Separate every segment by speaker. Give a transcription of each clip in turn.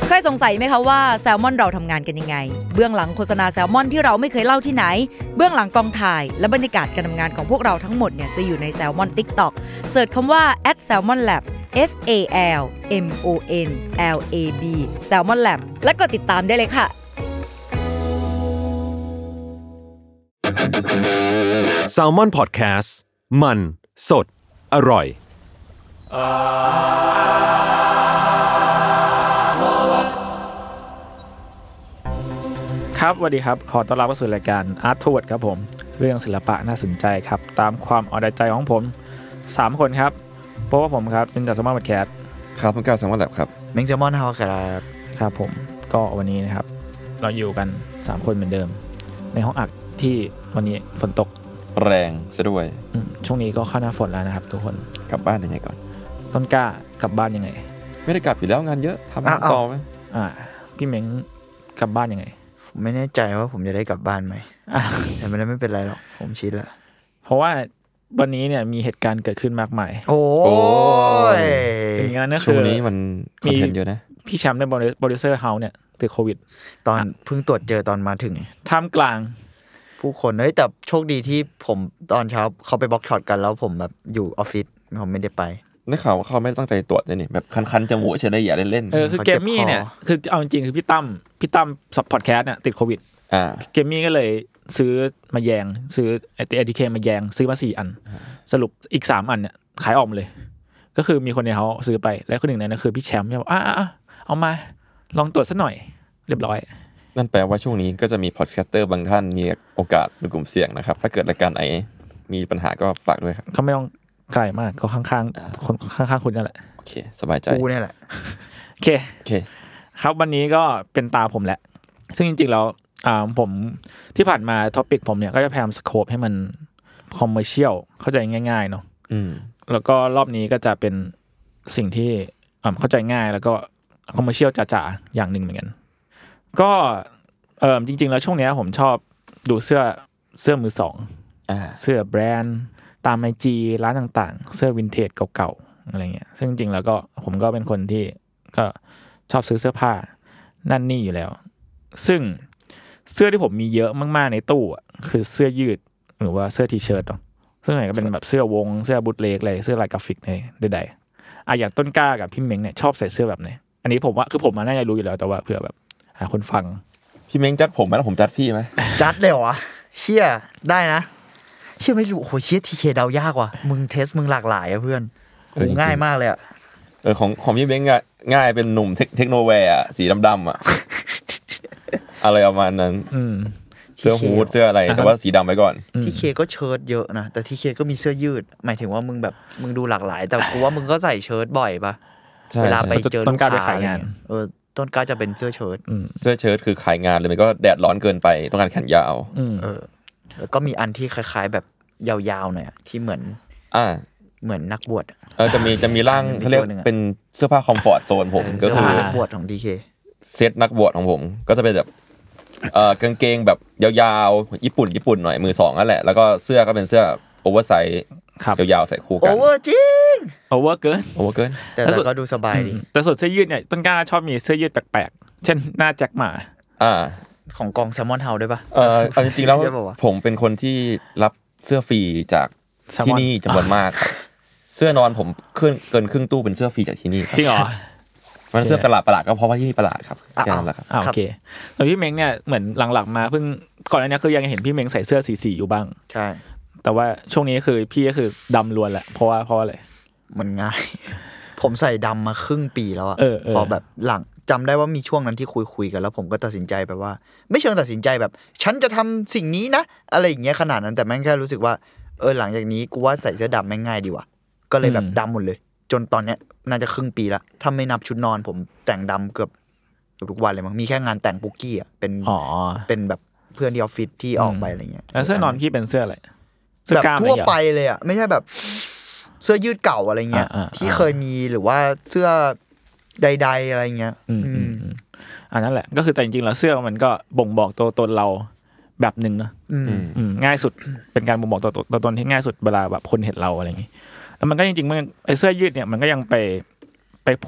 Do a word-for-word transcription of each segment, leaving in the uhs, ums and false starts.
Speaker 1: เคยสงสัยไหมคะว่าแซลมอนเราทำงานกันยังไงเบื้องหลังโฆษณาแซลมอนที่เราไม่เคยเล่าที่ไหนเบื้องหลังกองถ่ายและบรรยากาศการทำงานของพวกเราทั้งหมดเนี่ยจะอยู่ใน Salmon TikTok เสิร์ชคำว่า แอท แซลมอน แลบ S A L M O N L A B Salmon Lab และกดติดตามได้เลยค่ะ
Speaker 2: Salmon Podcast มันสดอร่อย
Speaker 3: ครับสวัสดีครับขอต้อนรับเข้าสู่รายการ Art Toward ครับผมเรื่องศิลปะน่าสนใจครับตามความเอาใจของผมสามคนครับเพราะว่าผมครับเป็นจาก Salmon Podcast
Speaker 4: ครับผมก้าว Salmon Lab ครับ
Speaker 5: เม้ง Salmon House ครับ
Speaker 3: ครับผมก็วันนี้นะครับเราอยู่กันสามคนเหมือนเดิมในห้องอัดที่วันนี้ฝนตก
Speaker 4: แรงซะด้วย
Speaker 3: ช่วงนี้ก็เข้าหน้าฝนแล้วนะครับทุกคน
Speaker 4: กลับบ้านยังไงก่อน
Speaker 3: ต้นกล้ากลับบ้านยังไง
Speaker 4: ไม่ได้กลับอยู่แล้วงานเยอะทำต่อไหม
Speaker 3: อ่าพี่เม้งกลับบ้านยังไง
Speaker 5: ไม่แน่ใจว่าผมจะได้กลับบ้านไหมแต่ไม่ได้ไม่เป็นไรหรอกผมชินละ
Speaker 3: เพราะว่าวันนี้เนี่ยมีเหตุการณ์เกิดขึ้นมากมาย
Speaker 5: โอ้ย
Speaker 3: อย่างนั้นนะ
Speaker 4: คือช่วงนี้มันคอนเทนต์เยอะนะ
Speaker 3: พี่แชมป์ในโปรดิวเซอร์เฮาส์เนี่ยติดโควิด
Speaker 5: ตอนเพิ่งตรวจเจอตอนมาถึง
Speaker 3: ท่ามกลาง
Speaker 5: ผู้คนเฮ้ยแต่โชคดีที่ผมตอนเช้าเขาไปบล็อกช็อตกันแล้วผมแบบอยู่ออฟฟิศผมไม่ได้ไป
Speaker 4: ได้ข่าวว่าเขาไม่ตั้งใจตรวจเลยนี่แบบคันๆจมูกเฉยได้อย่าเล่น
Speaker 3: ๆเออคือเกมมี่เนี่ยคือเอาจริงๆคือพี่ตั้มพี่ตั้มซับพอดแคสต์เนี่ยติดโควิด
Speaker 4: อ่า
Speaker 3: เกมมี่ก็เลยซื้อมาแยงซื้อไอ้ เอ ที เค มาแยงซื้อมาสี่อันสรุปอีกสามอันเนี่ยขายออกหมดเลยก็คือมีคนในเฮาส์ซื้อไปแล้วคนหนึ่งในนั้นคือพี่แชมป์บอกอ่ะๆเอามาลองตรวจซะหน่อยเรียบร้อย
Speaker 4: นั่นแปลว่าช่วงนี้ก็จะมีพอดแคสเตอร์บางท่านมีโอกาสเป็นกลุ่มเสี่ยงนะครับถ้าเกิดรายการไหนมีปัญหาก็ฝากด้วยครับ
Speaker 3: เขาไม่ต้องไกลมากก็ข้างๆคนข้างๆคุณนั่นแหละ
Speaker 4: โอเคสบายใจ
Speaker 5: กูนี่แหละ
Speaker 3: โอเค
Speaker 4: โอเค
Speaker 3: ครับวันนี้ก็เป็นตาผมแหละซึ่งจริงๆแล้วอ่าผมที่ผ่านมาท็อปิกผมเนี่ยก็จะพยายามสโคปให้มันคอมเมอร์เชียลเข้าใจง่ายๆเนาะ
Speaker 4: อืม
Speaker 3: แล้วก็รอบนี้ก็จะเป็นสิ่งที่อ่าเข้าใจง่ายแล้วก็คอมเมอร์เชียลจ๋าๆอย่างนึงเหมือนกันก็เอ่อจริงๆแล้วช่วงนี้ผมชอบดูเสื้อเสื้อมือสอง
Speaker 4: อ่า
Speaker 3: เสื้อแบรนด์ตาม ไอ จี ร้านต่างๆเสื้อวินเทจเก่าๆอะไรเงี้ยซึ่งจริงๆแล้วก็ผมก็เป็นคนที่ก็ชอบซื้อเสื้อผ้านั่นนี่อยู่แล้วซึ่งเสื้อที่ผมมีเยอะมากๆในตู้อ่ะคือเสื้อยืดหรือว่าเสื้อทีเชิ้ตเนาะซึ่งไหนก็เป็นแบบเสื้อวงเสื้อบูทเล็กอะไรเสื้อลายกราฟิกในใดๆอ่ะอย่างต้นกล้ากับพี่เม้งเนี่ยชอบใส่เสื้อแบบไหนอันนี้ผมว่าคือผมน่าจะรู้อยู่แล้วแต่ว่าเผื่อแบบหาคนฟัง
Speaker 4: พี่เม้งจัดผมมั้ยแล้วผมจัดพี่มั้ย
Speaker 5: จัดเลยเหรอเชี่ยได้นะเชื่อไม่รู้โหเชี่ยทีเคเดายากว่ะมึงเทสมึงหลากหลายอ่ะเพื่อนโหง่ายมากเลยอ่ะ
Speaker 4: เออของของพี่เม้งอ่ะง่ายเป็นหนุ่มเทคโนแวร์อ่ะสีดำๆอ่ะอะไรประมาณนั้น
Speaker 3: อืม
Speaker 4: เสื้อฮู้ดเสื้ออะไรแต่ว่าสีดำไว้ก่อน
Speaker 5: ทีเคก็เชิ้ตเยอะนะแต่ทีเคก็มีเสื้อยืดหมายถึงว่ามึงแบบมึงดูหลากหลายแต่กูว่ามึงก็ใส่เชิ้ตบ่อยป่ะเวลาไปเจอลูกค้าขายงานเออต้นกล้าจะเป็นเสื้อเชิ้ต
Speaker 4: เสื้อเชิ้ตคือขายงานเลยมันก็แดดร้อนเกินไปต้องการแขนยาว
Speaker 5: เออแล้วก็มีอันที่คล้ายๆแบบยาวๆหน่อยที่เหมือน
Speaker 4: อ่า
Speaker 5: เหมือนนักบวช
Speaker 4: เออจะมีจะมีร่างเขาเรียกเป็นเสื้อผ้าคอมฟอร์ตโซนผมก็คือ
Speaker 5: นักบวชของ ที เค
Speaker 4: เซตนักบวชของผมก็จะเป็นแบบเอ่อกางเกงแบบยาวๆญี่ปุ่นญี่ปุ่นหน่อยมือสองนั่นแหละแล้วก็เสื้อก็เป็นเสื้อโอเวอร์ไซส์ยาวๆใส่คู่กัน
Speaker 5: โอเวอร์จริง
Speaker 3: โอเวอร์เกิน
Speaker 4: โอเวอร์เกิน
Speaker 5: แต่ก็ดูสบายดี
Speaker 3: แต่ส่วนเสื้อยืดเนี่ยต้นกล้าชอบมีเสื้อยืดแปลกๆเช่นหน้าแจ็คหมา
Speaker 4: อ่า
Speaker 5: ของกอง Salmon House ด้วยป่ะ
Speaker 4: เออเอาจริงๆแล้วผมเป็นคนที่รับเสื้อฟรีจากที่นี่จำนวนมากครับเสื้อนอนผมขึ้นเกินครึ่งตู้เป็นเสื้อฟรีจากที่นี่
Speaker 3: จริงเหรอ
Speaker 4: มันเสื้อประหลาดประหลาดก็เพราะว่าที่นี่ประหลาดครับแค่นั้นแหละครับ
Speaker 3: โอเคแล้วพี่เม้งเนี่ยเหมือนหลังๆมาเพิ่งก่อนหน้านี้คือยังเห็นพี่เม้งใส่เสื้อสีๆอยู่บ้าง
Speaker 5: ใช่
Speaker 3: แต่ว่าช่วงนี้คือพี่ก็คือดำล้วนแหละเพราะว่าเพราะอะไร
Speaker 5: มันง่ายผมใส่ดำมาครึ่งปีแล้วอะพอแบบหลังจำได้ว่ามีช่วงนั้นที่คุยๆกันแล้วผมก็ตัดสินใจแบบว่าไม่เชิงตัดสินใจแบบฉันจะทำสิ่งนี้นะอะไรอย่างเงี้ยขนาดนั้นแต่แม่งแค่รู้สึกว่าเออหลังจากนี้กูว่าใส่เสื้อดำแม่งง่ายดีว่ะก็เลยแบบดำหมดเลยจนตอนเนี้ยน่าจะครึ่งปีละถ้าไม่นับชุดนอนผมแต่งดำเกือบทุกวันเลยมั้งมีแค่งานแต่งปุกกี้อ่ะเป็นเป็นแบบเพื่อนที่ออฟฟิศที่ออกไปอะไรเงี้ย
Speaker 3: แล้วเสื้อนอนพี่เป็นเสื้ออะไร
Speaker 5: แบบทั่วไปเลยอ่ะไม่ใช่แบบเสื้อยืดเก่าอะไรเงี้ยที่เคยมีหรือว่าเสื้อใดๆอะไรเงี้ย
Speaker 3: อันนั้นแหละก็คือแต่จริงๆแล้วเสื้อมันก็บ่งบอกตัวตนเราแบบนึงเนาะง่ายสุดเป็นการบ่งบอกตัวตัวตนที่ง่ายสุดเวลาแบบคนเห็นเราอะไรอย่างงี้แล้วมันก็จริงๆมันไอ้เสื้อยืดเนี่ยมันก็ยังไปไปผูกกับ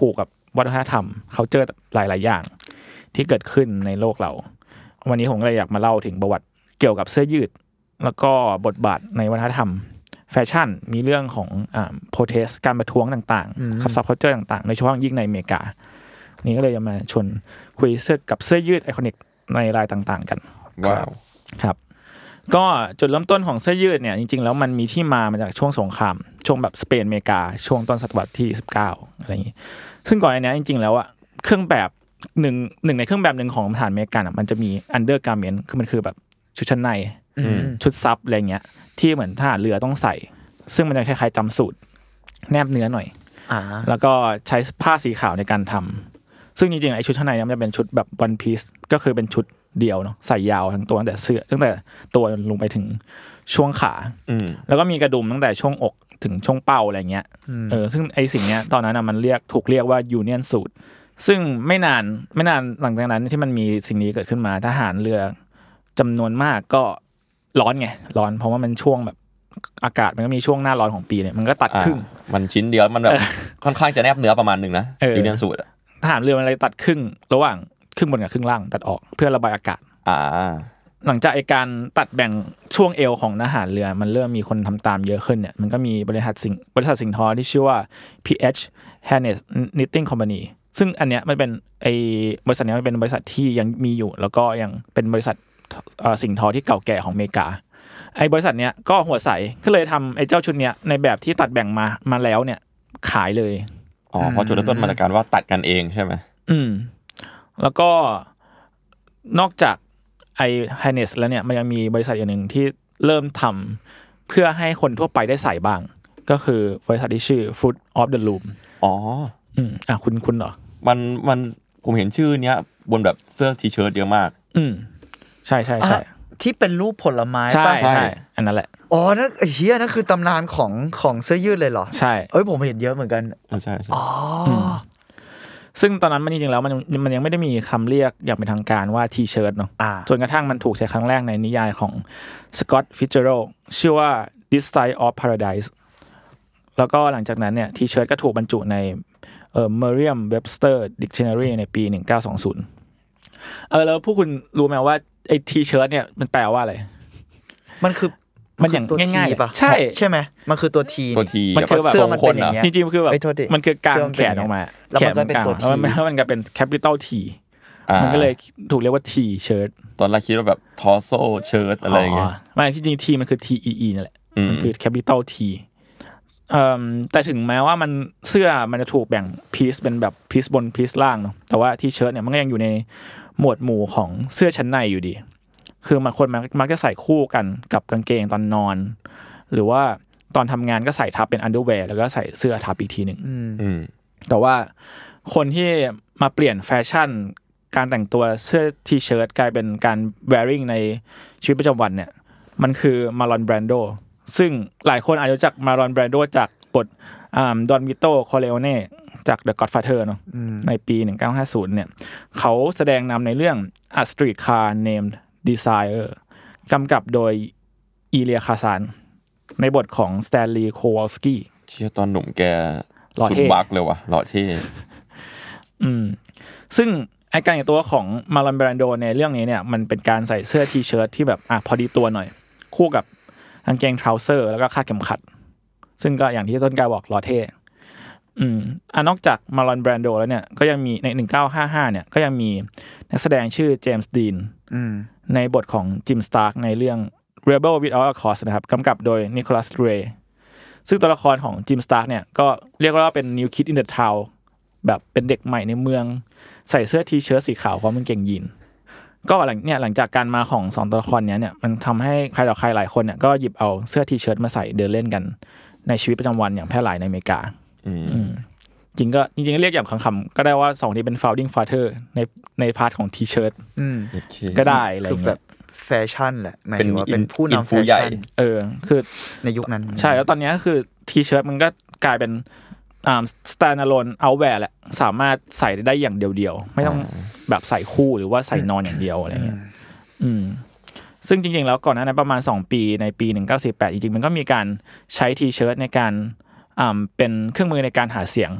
Speaker 3: วัฒนธรรม culture หลายๆอย่างที่เกิดขึ้นในโลกเราวันนี้ผมก็เลยอยากมาเล่าถึงประวัติเกี่ยวกับเสื้อยืดแล้วก็บทบาทในวัฒนธรรมแฟชั่นมีเรื่องของอ่า protest การประท้วงต่างๆกับ subculture ต่างๆในเฉพาะยิ่งในอเมริกานี่ก็เลยจะมาชวนคุยเสื้อกับเสื้อยืดไอคอนิกในรายต่างๆกัน
Speaker 4: ว้าว
Speaker 3: ครับก็จุดเริ่มต้นของเสื้อยืดเนี่ยจริงๆแล้วมันมีที่มามาจากช่วงสงครามช่วงแบบสเปนอเมริกาช่วงต้นศตวรรษที่สิบเก้าอะไรอย่างงี้ซึ่งก่อนอันนี้จริงๆแล้วอ่ะเครื่องแบบหนึ่งหนึ่งในเครื่องแบบหนึ่งของทหารอเมริกันอ่ะมันจะมี undergarment คือมันคือแบบชุดชั้นในชุดซับอะไรเงี้ยที่เหมือนทหารเรือต้องใส่ซึ่งมันจะคล้ายๆจำสูทแนบเนื้อหน่อยแล้วก็ใช้ผ้าสีขาวในการทำซึ่งจริงๆไอ้ชุดชั้นในเนี่ยมันจะเป็นชุดแบบ one piece ก็คือเป็นชุดเดียวเนาะใส่ยาวทั้งตัวตั้งแต่เสื้อตั้งแต่ตัวลงไปถึงช่วงขาแล้วก็มีกระดุมตั้งแต่ช่วงอกถึงช่วงเป้าอะไรเงี้ยเออซึ่งไอ้สิ่งเนี้ยตอนนั้นน่ะมันเรียกถูกเรียกว่า union suit ซึ่งไม่นานไม่นานหลังจากนั้นที่มันมีสิ่งนี้เกิดขึ้นมาทหารเรือจำนวนมากก็ร้อนไงร้อนเพราะว่ามันช่วงแบบอากาศมันก็มีช่วงหน้าร้อนของปีเนี่ยมันก็ตัดครึ่ง
Speaker 4: มันชิ้นเดียวมันแบบค่อนข้างจะแนบเนื้อประมาณนึงนะ union suit อ่ะ
Speaker 3: ทหารเรือมันเลยตัดครึ่งระหว่างครึ่งบนกับครึ่งล่างตัดออกเพื่อระบายอากาศ
Speaker 4: อ่า
Speaker 3: หลังจากไอ้การตัดแบ่งช่วงเอวของทหารเรือมันเริ่มมีคนทำตามเยอะขึ้นเนี่ยมันก็มีบริษัทสิ่งบริษัทสิ่งทอที่ชื่อว่า พี เอช Harness Knitting Company ซึ่งอันเนี้ยมันเป็นไอ้บริษัทเนี้ยมันเป็นบริษัทที่ยังมีอยู่แล้วก็ยังเป็นบริษัทเอ่อสิ่งทอที่เก่าแก่ของอเมริกาไอ้บริษัทเนี้ยก็หัวใสก็เลยทำไอ้เจ้าชุดเนี้ยในแบบที่ตัดแบ่งมามาแล้วเนี่ยขายเลย
Speaker 4: อ๋อเพราะจุดเริ่มต้นมาจากการว่าตัดกันเองใช่ไหม
Speaker 3: อืมแล้วก็นอกจากไอ้ Harness แล้วเนี่ยมันยังมีบริษัทอย่างนึงที่เริ่มทำเพื่อให้คนทั่วไปได้ใส่บ้างก็คือบริษัทที่ชื่อ Fruit of the Loom
Speaker 4: อ๋อ
Speaker 3: อืมอ่ะคุณคุณเหรอ
Speaker 4: มันมันผมเห็นชื่อเนี้ยบนแบบเสื้อทีเชิ้ตเยอะมาก
Speaker 3: อืมใช่ๆๆ
Speaker 5: ที่เป็นรูปผลไม้
Speaker 3: ป่ะใช่อันนั้นแหละ
Speaker 5: อ๋อนั่นเหี้ยนั่นคือตำนานของของเสื้อยืดเลยเหรอ
Speaker 3: ใช่
Speaker 5: เอ้ยผมเห็นเยอะเหมือนกัน
Speaker 4: ใช่
Speaker 5: ๆอ๋อ
Speaker 3: ซึ่งตอนนั้นมันจริงๆแล้วมันมันยังไม่ได้มีคำเรียกอย่างเป็นทางการว่าทีเชิ้ตเนาะจนกระทั่งมันถูกใช้ครั้งแรกในนิยายของสก็อตต์ฟิตเจอรัลด์ชื่อว่า This Side of Paradise แล้วก็หลังจากนั้นเนี่ยทีเชิ้ตก็ถูกบรรจุในเอ่อ Merriam-Webster Dictionary ในปีหนึ่งเก้าสองศูนย์เออแล้วพวกคุณรู้ไหมว่าไอ้ทีเชิ้ตเนี่ยมันแปลว่าอะไร
Speaker 5: มันคือ
Speaker 3: มันอย่างง่ายๆป่ะ
Speaker 5: ใช่ใช่ไหมมันคือตัวที
Speaker 4: ตัวที
Speaker 3: มันคือแบบ
Speaker 5: เสื้อมันเป็นอย่างเงี้ย
Speaker 3: จริงๆมันคือแบบมันคือกางแขนออกมา
Speaker 5: แล้วมันก็เป็นตัวที
Speaker 3: แล้วมันก็เป็น capital T มันก็เลยถูกเรียกว่า T shirt
Speaker 4: ตอนแรกคิดว่าแบบ torso shirt อะไรอย่างเงี้ย
Speaker 3: ไม่จริงๆ T มันคือ T E E นั่นแหละมันคือ capital T เอ่อแต่ถึงแม้ว่ามันเสื้อมันจะถูกแบ่ง piece เป็นแบบ piece บน piece ล่างเนาะแต่ว่า T shirt เนี่ยมันก็ยังอยู่ในหมวดหมู่ของเสื้อชั้นในอยู่ดีคือมันคนมักจะใส่คู่กันกับกางเกงตอนนอนหรือว่าตอนทำงานก็ใส่ทับเป็นอันเดอร์แวร์แล้วก็ใส่เสื้อทับอีกทีหนึ่งแต่ว่าคนที่มาเปลี่ยนแฟชั่นการแต่งตัวเสื้อทีเชิ้ตกลายเป็นการ wearing ในชีวิตประจำวันเนี่ยมันคือมาลอนแบรนโดซึ่งหลายคนอาจจะรู้จักมาลอนแบรนโดจากบทดอนวิโต้คอร์เลโอเน่จาก The Godfather เนาะในปีหนึ่งเก้าห้าศูนย์เนี่ยเขาแสดงนำในเรื่อง A Streetcar Named Desire กำกับโดยอีเลียคาซานในบทของสแตนลีย์โควอลสกี้
Speaker 4: เชี่ยตอนหนุ่มแกสุดบักเลยว่ะหล่อเท่
Speaker 3: อืมซึ่งไอ้การแต่งตัวของมาลอนแบรนโดในเรื่องนี้เนี่ยมันเป็นการใส่เสื้อทีเชิ้ตที่แบบอ่ะพอดีตัวหน่อยคู่กับกางเกงทราวเซอร์แล้วก็คาดเข็มขัดซึ่งก็อย่างที่ต้นกายบอกหล่อเท่อืมอ่ะนอกจากมาลอนแบรนโดแล้วเนี่ยก็ยังมีในหนึ่งเก้าห้าห้าเนี่ยก็ยังมีนักแสดงชื่อเจมส์ดีนในบทของจิมสตาร์กในเรื่อง Rebel Without a Cause นะครับกำกับโดยนิโคลัสเรย์ซึ่งตัวละครของจิมสตาร์กเนี่ยก็เรียกว่าเป็น New Kid in the Town แบบเป็นเด็กใหม่ในเมืองใส่เสื้อทีเชิ้ตสีขาวพร้อมกางเกงยีนก็หลังเนี่ยหลังจากการมาของสองตัวละครเนี้ยเนี่ยมันทำให้ใครต่อใครหลายคนเนี่ยก็หยิบเอาเสื้อทีเชิ้ตมาใส่เดินเล่นกันในชีวิตประจำวันอย่างแพร่หลายในอเมริกาจริงก็จริงๆเรียกอย่างคำๆก็ได้ว่าสองที่เป็น founding father ในในพาร์ทของทีเชิ้ตก็ได้อะไรอย่างเงี้ย
Speaker 5: แฟชั่นแหละหมายถึงว่าเป็นผู้นำแฟชั่น
Speaker 3: เออคือ
Speaker 5: ในยุคนั้น
Speaker 3: ใช่แล้วตอนนี้ก็คือทีเชิ้ตมันก็กลายเป็นอ่า standalone outwear แหละสามารถใส่ได้อย่างเดียวๆไม่ต้องแบบใส่คู่หรือว่าใส่นอนอย่างเดียวอะไรเงี้ยอืมซึ่งจริงๆแล้วก่อนหน้านั้นประมาณสองปีในปีหนึ่งเก้าสี่แปดจริงๆมันก็มีการใช้ทีเชิ้ตในการอ่าเป็นเครื่องมือในการหาเสียง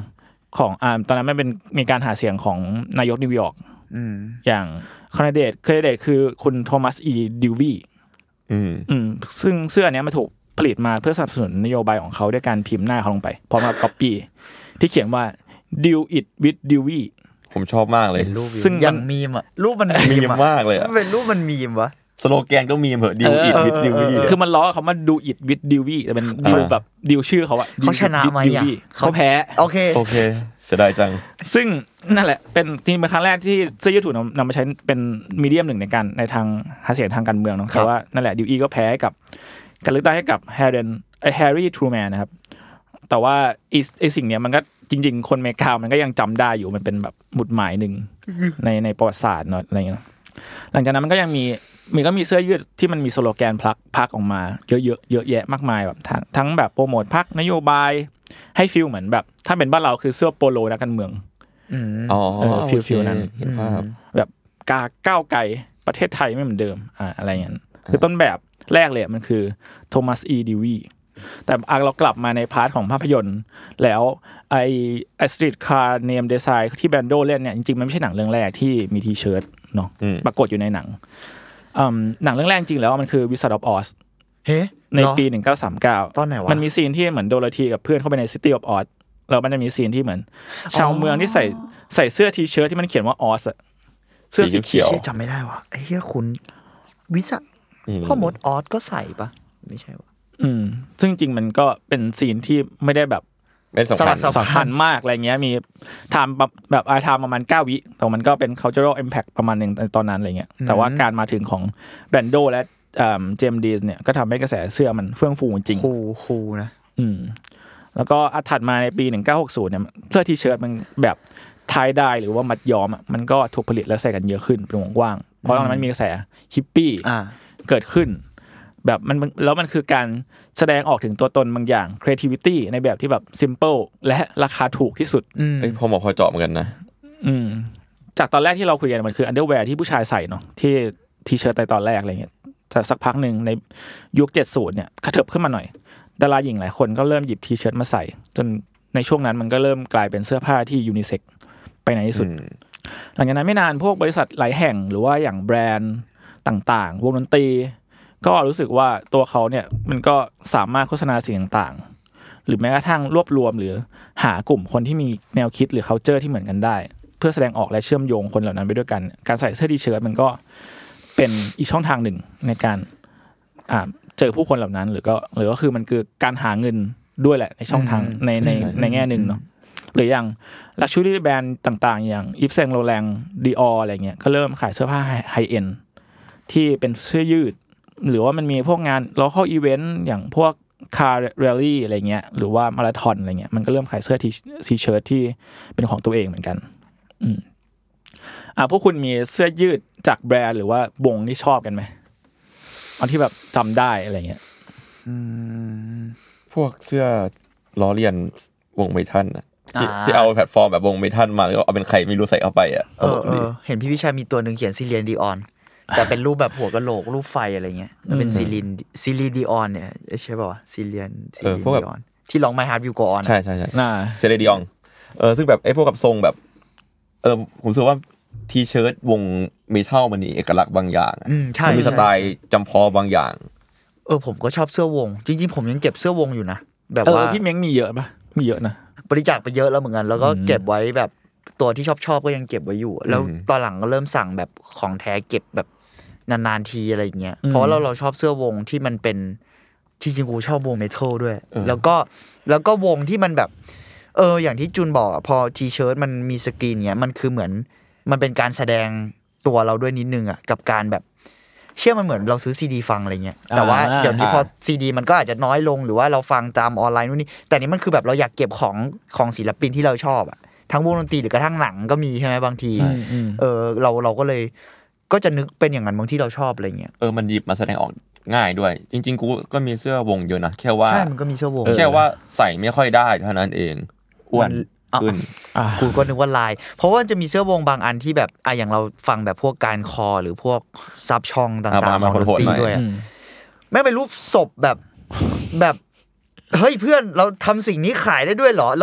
Speaker 3: ของอ่าตอนนั้นมันเป็นมีการหาเสียงของนายกนิวยอร์กอย่างแคนดิเดตแคนดิเดตคือคุณโทมัสอีดิววีอืมอืมซึ่งเสื้อเนี้ยมันถูกผลิตมาเพื่อสนับสนุนนโยบายของเขาด้วยการพิมพ์หน้าเขาลงไปพร้อมกับก๊อปปี้ที่เขียนว่า do it with Dewey
Speaker 4: ผมชอบมากเลย
Speaker 5: ซึ่งอย่างมีมอ่ะรูปมัน
Speaker 4: มีมมากเลยอ่ะ
Speaker 5: เป็นรูปมันมีมวะ
Speaker 4: สโลแกนก็มีมเหอะ do it with Dewey
Speaker 3: คือมันล้อเขามา do it with Dewey แต่เป็นดิวแบบดิวชื่อเขาอะ
Speaker 5: เขาชนะมั้ยอ่ะ
Speaker 3: เขาแพ้
Speaker 5: โอเค
Speaker 4: โอเคเสียดายจัง
Speaker 3: ซึ่งนั่นแหละเป็นที่เป็นครั้งแรกที่เสื้อยืดถูกนำมาใช้เป็นมีเดียมหนึ่งในการในทางหาเสียงทางการเมืองเนาะแต่ว่านั่นแหละดิวอีก็แพ้กับการเลือกตั้งให้กับแฮร์เดนไอแฮร์รี่ทรูแมนนะครับแต่ว่าไอไอสิ่งเนี้ยมันก็จริงๆคนอเมริกามันก็ยังจำได้อยู่มันเป็นแบบหมุดหมายนึงในในประวัติศาสตร์เนาะอะไรเงี้ยหลังจากนั้นมันก็ยังมีมีก็มีเสื้อยืดที่มันมีสโลแกนพรรคพรรคออกมาเยอะๆเยอะแยะมากมายแบบทั้งทั้งแบบโปรโมทพรรคนโยบายให้ฟีลเหมือนแบบถ้าเป็นบ้านเราคือเสื้อโปโลนักการเมือง
Speaker 4: อ๋อ
Speaker 3: ฟีลฟีลนั้น
Speaker 4: เห็นภาพ
Speaker 3: แบบกาก้าวไกลประเทศไทยไม่เหมือนเดิมอ่าอะไรเงี้ยคือต้นแบบแรกเลยมันคือโทมัสอีดิวีแต่เรากลับมาในพาร์ทของภาพยนตร์แล้วไอไอสตรีทคาร์เนมดีไซน์ที่แบรนโดเล่นเนี่ยจริงๆมันไม่ใช่หนังเรื่องแรกที่มีทีเชิ้ตเนาะปรากฏอยู่ในหนังหนังเรื่องแรกจริงแล้วมันคือ Wizard of Oz
Speaker 5: เฮ้
Speaker 3: ในปีหนึ่งพันเก้าร้อยสามสิบเก้า
Speaker 5: ตอนไหนวะ
Speaker 3: มันมีซีนที่เหมือนโดโรธีกับเพื่อนเข้าไปใน City of Oz แล้วมันจะมีซีนที่เหมือนชาวเมืองที่ใส่ใส่เสื้อทีเชิ้ตที่มันเขียนว่า Oz อ่ะเสื้อสีเขียว
Speaker 5: จำไม่ได้ว่ะไอ้เหี้ยคุณวิสัทพ่อมดออสก็ใส่ปะไม่ใช่วะ
Speaker 3: อืมซึ่งจริงมันก็เป็นซีนที่ไม่ได้แบบ
Speaker 4: เป็นสำคัญ
Speaker 3: สำคัญมากอะไรเงี้ยมีไทม์แบบอาไทม์ประมาณเก้าวิแต่มันก็เป็น cultural impact ประมาณนึงในตอนนั้นอะไรเงี้ยแต่ว่าการมาถึงของแบนโดและเอ่อเจมส์ดีสเนี่ยก็ทำให้กระแสเสื้อมันเฟื่องฟูจริง
Speaker 5: คูคูนะ
Speaker 3: อืมแล้วก็ถัดมาในปีหนึ่งพันเก้าร้อยหกสิบเนี่ยเสื้อทีเชิ้ตมันแบบไทยได้หรือว่ามัดย้อมอ่ะมันก็ถูกผลิตและใส่กันเยอะขึ้นเป็นวงกว้างเพราะตอนนั้นมันมีกระแสฮิปปี้เกิดขึ้นแบบมันแล้วมันคือการแสดงออกถึงตัวตนบางอย่าง creativity ในแบบที่แบบ simple และราคาถูกที่สุด
Speaker 4: เอ้ยพอเหมาะพอเจาะเหมือนกันนะ
Speaker 3: อืมจากตอนแรกที่เราคุยกันมันคือ underwear ที่ผู้ชายใส่เนาะที่ทีเชิ้ตในตอนแรกอะไรเงี้ยแต่สักพักนึงในยุคเจ็ดสิบเนี่ยกระเถิบขึ้นมาหน่อยดาราหญิงหลายคนก็เริ่มหยิบทีเชิ้ตมาใส่จนในช่วงนั้นมันก็เริ่มกลายเป็นเสื้อผ้าที่ยูนิเซ็กซ์ไปในที่สุดหลังจากนั้นไม่นานพวกบริษัทหลายแห่งหรือว่าอย่างแบรนด์ต่างๆวงดนตรีก็รู้สึกว่าตัวเขาเนี่ยมันก็สามารถโฆษณาสิ่งต่างๆหรือแม้กระทั่งรวบรวมหรือหากลุ่มคนที่มีแนวคิดหรือ culture ที่เหมือนกันได้เพื่อแสดงออกและเชื่อมโยงคนเหล่านั้นไปด้วยกันการใส่เสื้อทีเชิ้ตมันก็เป็นอีกช่องทางหนึ่งในการอ่าเจอผู้คนเหล่านั้นหรือก็หรือก็คือมันคือการหาเงินด้วยแหละในช่องทางในในในแง่นึงเนาะหรืออย่าง luxury brand ต่างๆอย่าง Yves Saint Laurent Dior อะไรเงี้ยก็เริ่มขายเสื้อผ้าไฮเอ็นด์ที่เป็นเสื้อยืดหรือว่ามันมีพวกงาน local event อย่างพวก car rally อะไรเงี้ยหรือว่ามาราธอนอะไรเงี้ยมันก็เริ่มขายเสื้อทีเชิ้ตที่เป็นของตัวเองเหมือนกันอืมอ่ะพวกคุณมีเสื้อยืดจากแบรนด์หรือว่าวงที่ชอบกันไหมเอาที่แบบจำได้อะไรเงี้ย
Speaker 4: อืมพวกเสื้อล้อเลียนวงเมทัลนะที่ที่เอาแพลตฟอร์มแบบวงเมทัลมาแล้วเอาเป็นใครไม่รู้ใส่เข้าไปอ่ะ
Speaker 5: เออเห็นพี่วิชัยมีตัวนึงเขียนซิเลียนดีออนแต่เป็นรูปแบบหัวกะโหลกรูปไฟอะไรเงี้ยมันเป็นซิลินซิลีดีออนเนี่ยใช่ป่าวซิเลียนซิลีดีออนที่ร้อง My Heart Will Go On
Speaker 4: ใช่ๆๆน่าซิลีดีออนเออซึ่งแบบไอ้พวกกับทรงแบบเออผมรู้สึกว่าทีเชิ้ตวงเมทัลมันมีเอกลักษณ์บางอย่างมันมีสไตล์จำเพาะบางอย่าง
Speaker 5: เออผมก็ชอบเสื้อวงจริงๆผมยังเก็บเสื้อวงอยู่นะแบบว่า
Speaker 3: เออพี่เม้งมีเยอะป่ะมีเยอะนะ
Speaker 5: บริจาคไปเยอะแล้วเหมือนกันแล้วก็เก็บไว้แบบตัวที่ชอบๆก็ยังเก็บไว้อยู่แล้วตอนหลังก็เริ่มสั่งแบบของแท้เก็บแบบนานๆทีอะไรอย่างเงี้ยเพราะเราเราชอบเสื้อวงที่มันเป็นที่จริงกูชอบวงเมทัลด้วยแล้วก็แล้วก็วงที่มันแบบเอออย่างที่จุนบอกพอทีเชิ้ตมันมีสกรีนเงี้ยมันคือเหมือนมันเป็นการแสดงตัวเราด้วยนิดนึงอ่ะกับการแบบเชื่อมันเหมือนเราซื้อซีดีฟังอะไรเงี้ยแต่ว่าเดี๋ยวนี้พอซีดีมันก็อาจจะน้อยลงหรือว่าเราฟังตามออนไลน์นู่นนี่แต่นี้มันคือแบบเราอยากเก็บของของศิลปินที่เราชอบอ่ะทั้งวงดนตรีหรือกระทั่งหนังก็มีใช่ไหมบางทีเออเราเราก็เลยก็จะนึกเป็นอย่างนั้นบางที่เราชอบอะไรเงี้ย
Speaker 4: เออมันหยิบมาแสดงออกง่ายด้วยจริงๆกูก็มีเสื้อวงเยอะนะแค่ว่า
Speaker 5: ใช่มันก็มีเสื้อวง
Speaker 4: แค่ว่าใส่ไม่ค่อยได้เท่านั้นเองอ้วนขึ้น
Speaker 5: กูก็นึกว่าลายเพราะว่าจะมีเสื้อวงบางอันที่แบบอ่ะอย่างเราฟังแบบพวกการคอหรือพวกซับช่องต่างๆของดนตรีด้วยแม่เป็นรูปศพแบบแบบเฮ้ยเพื่อนเราทำสิ่งนี้ขายได้ด้วยเหรอแล้วแบบ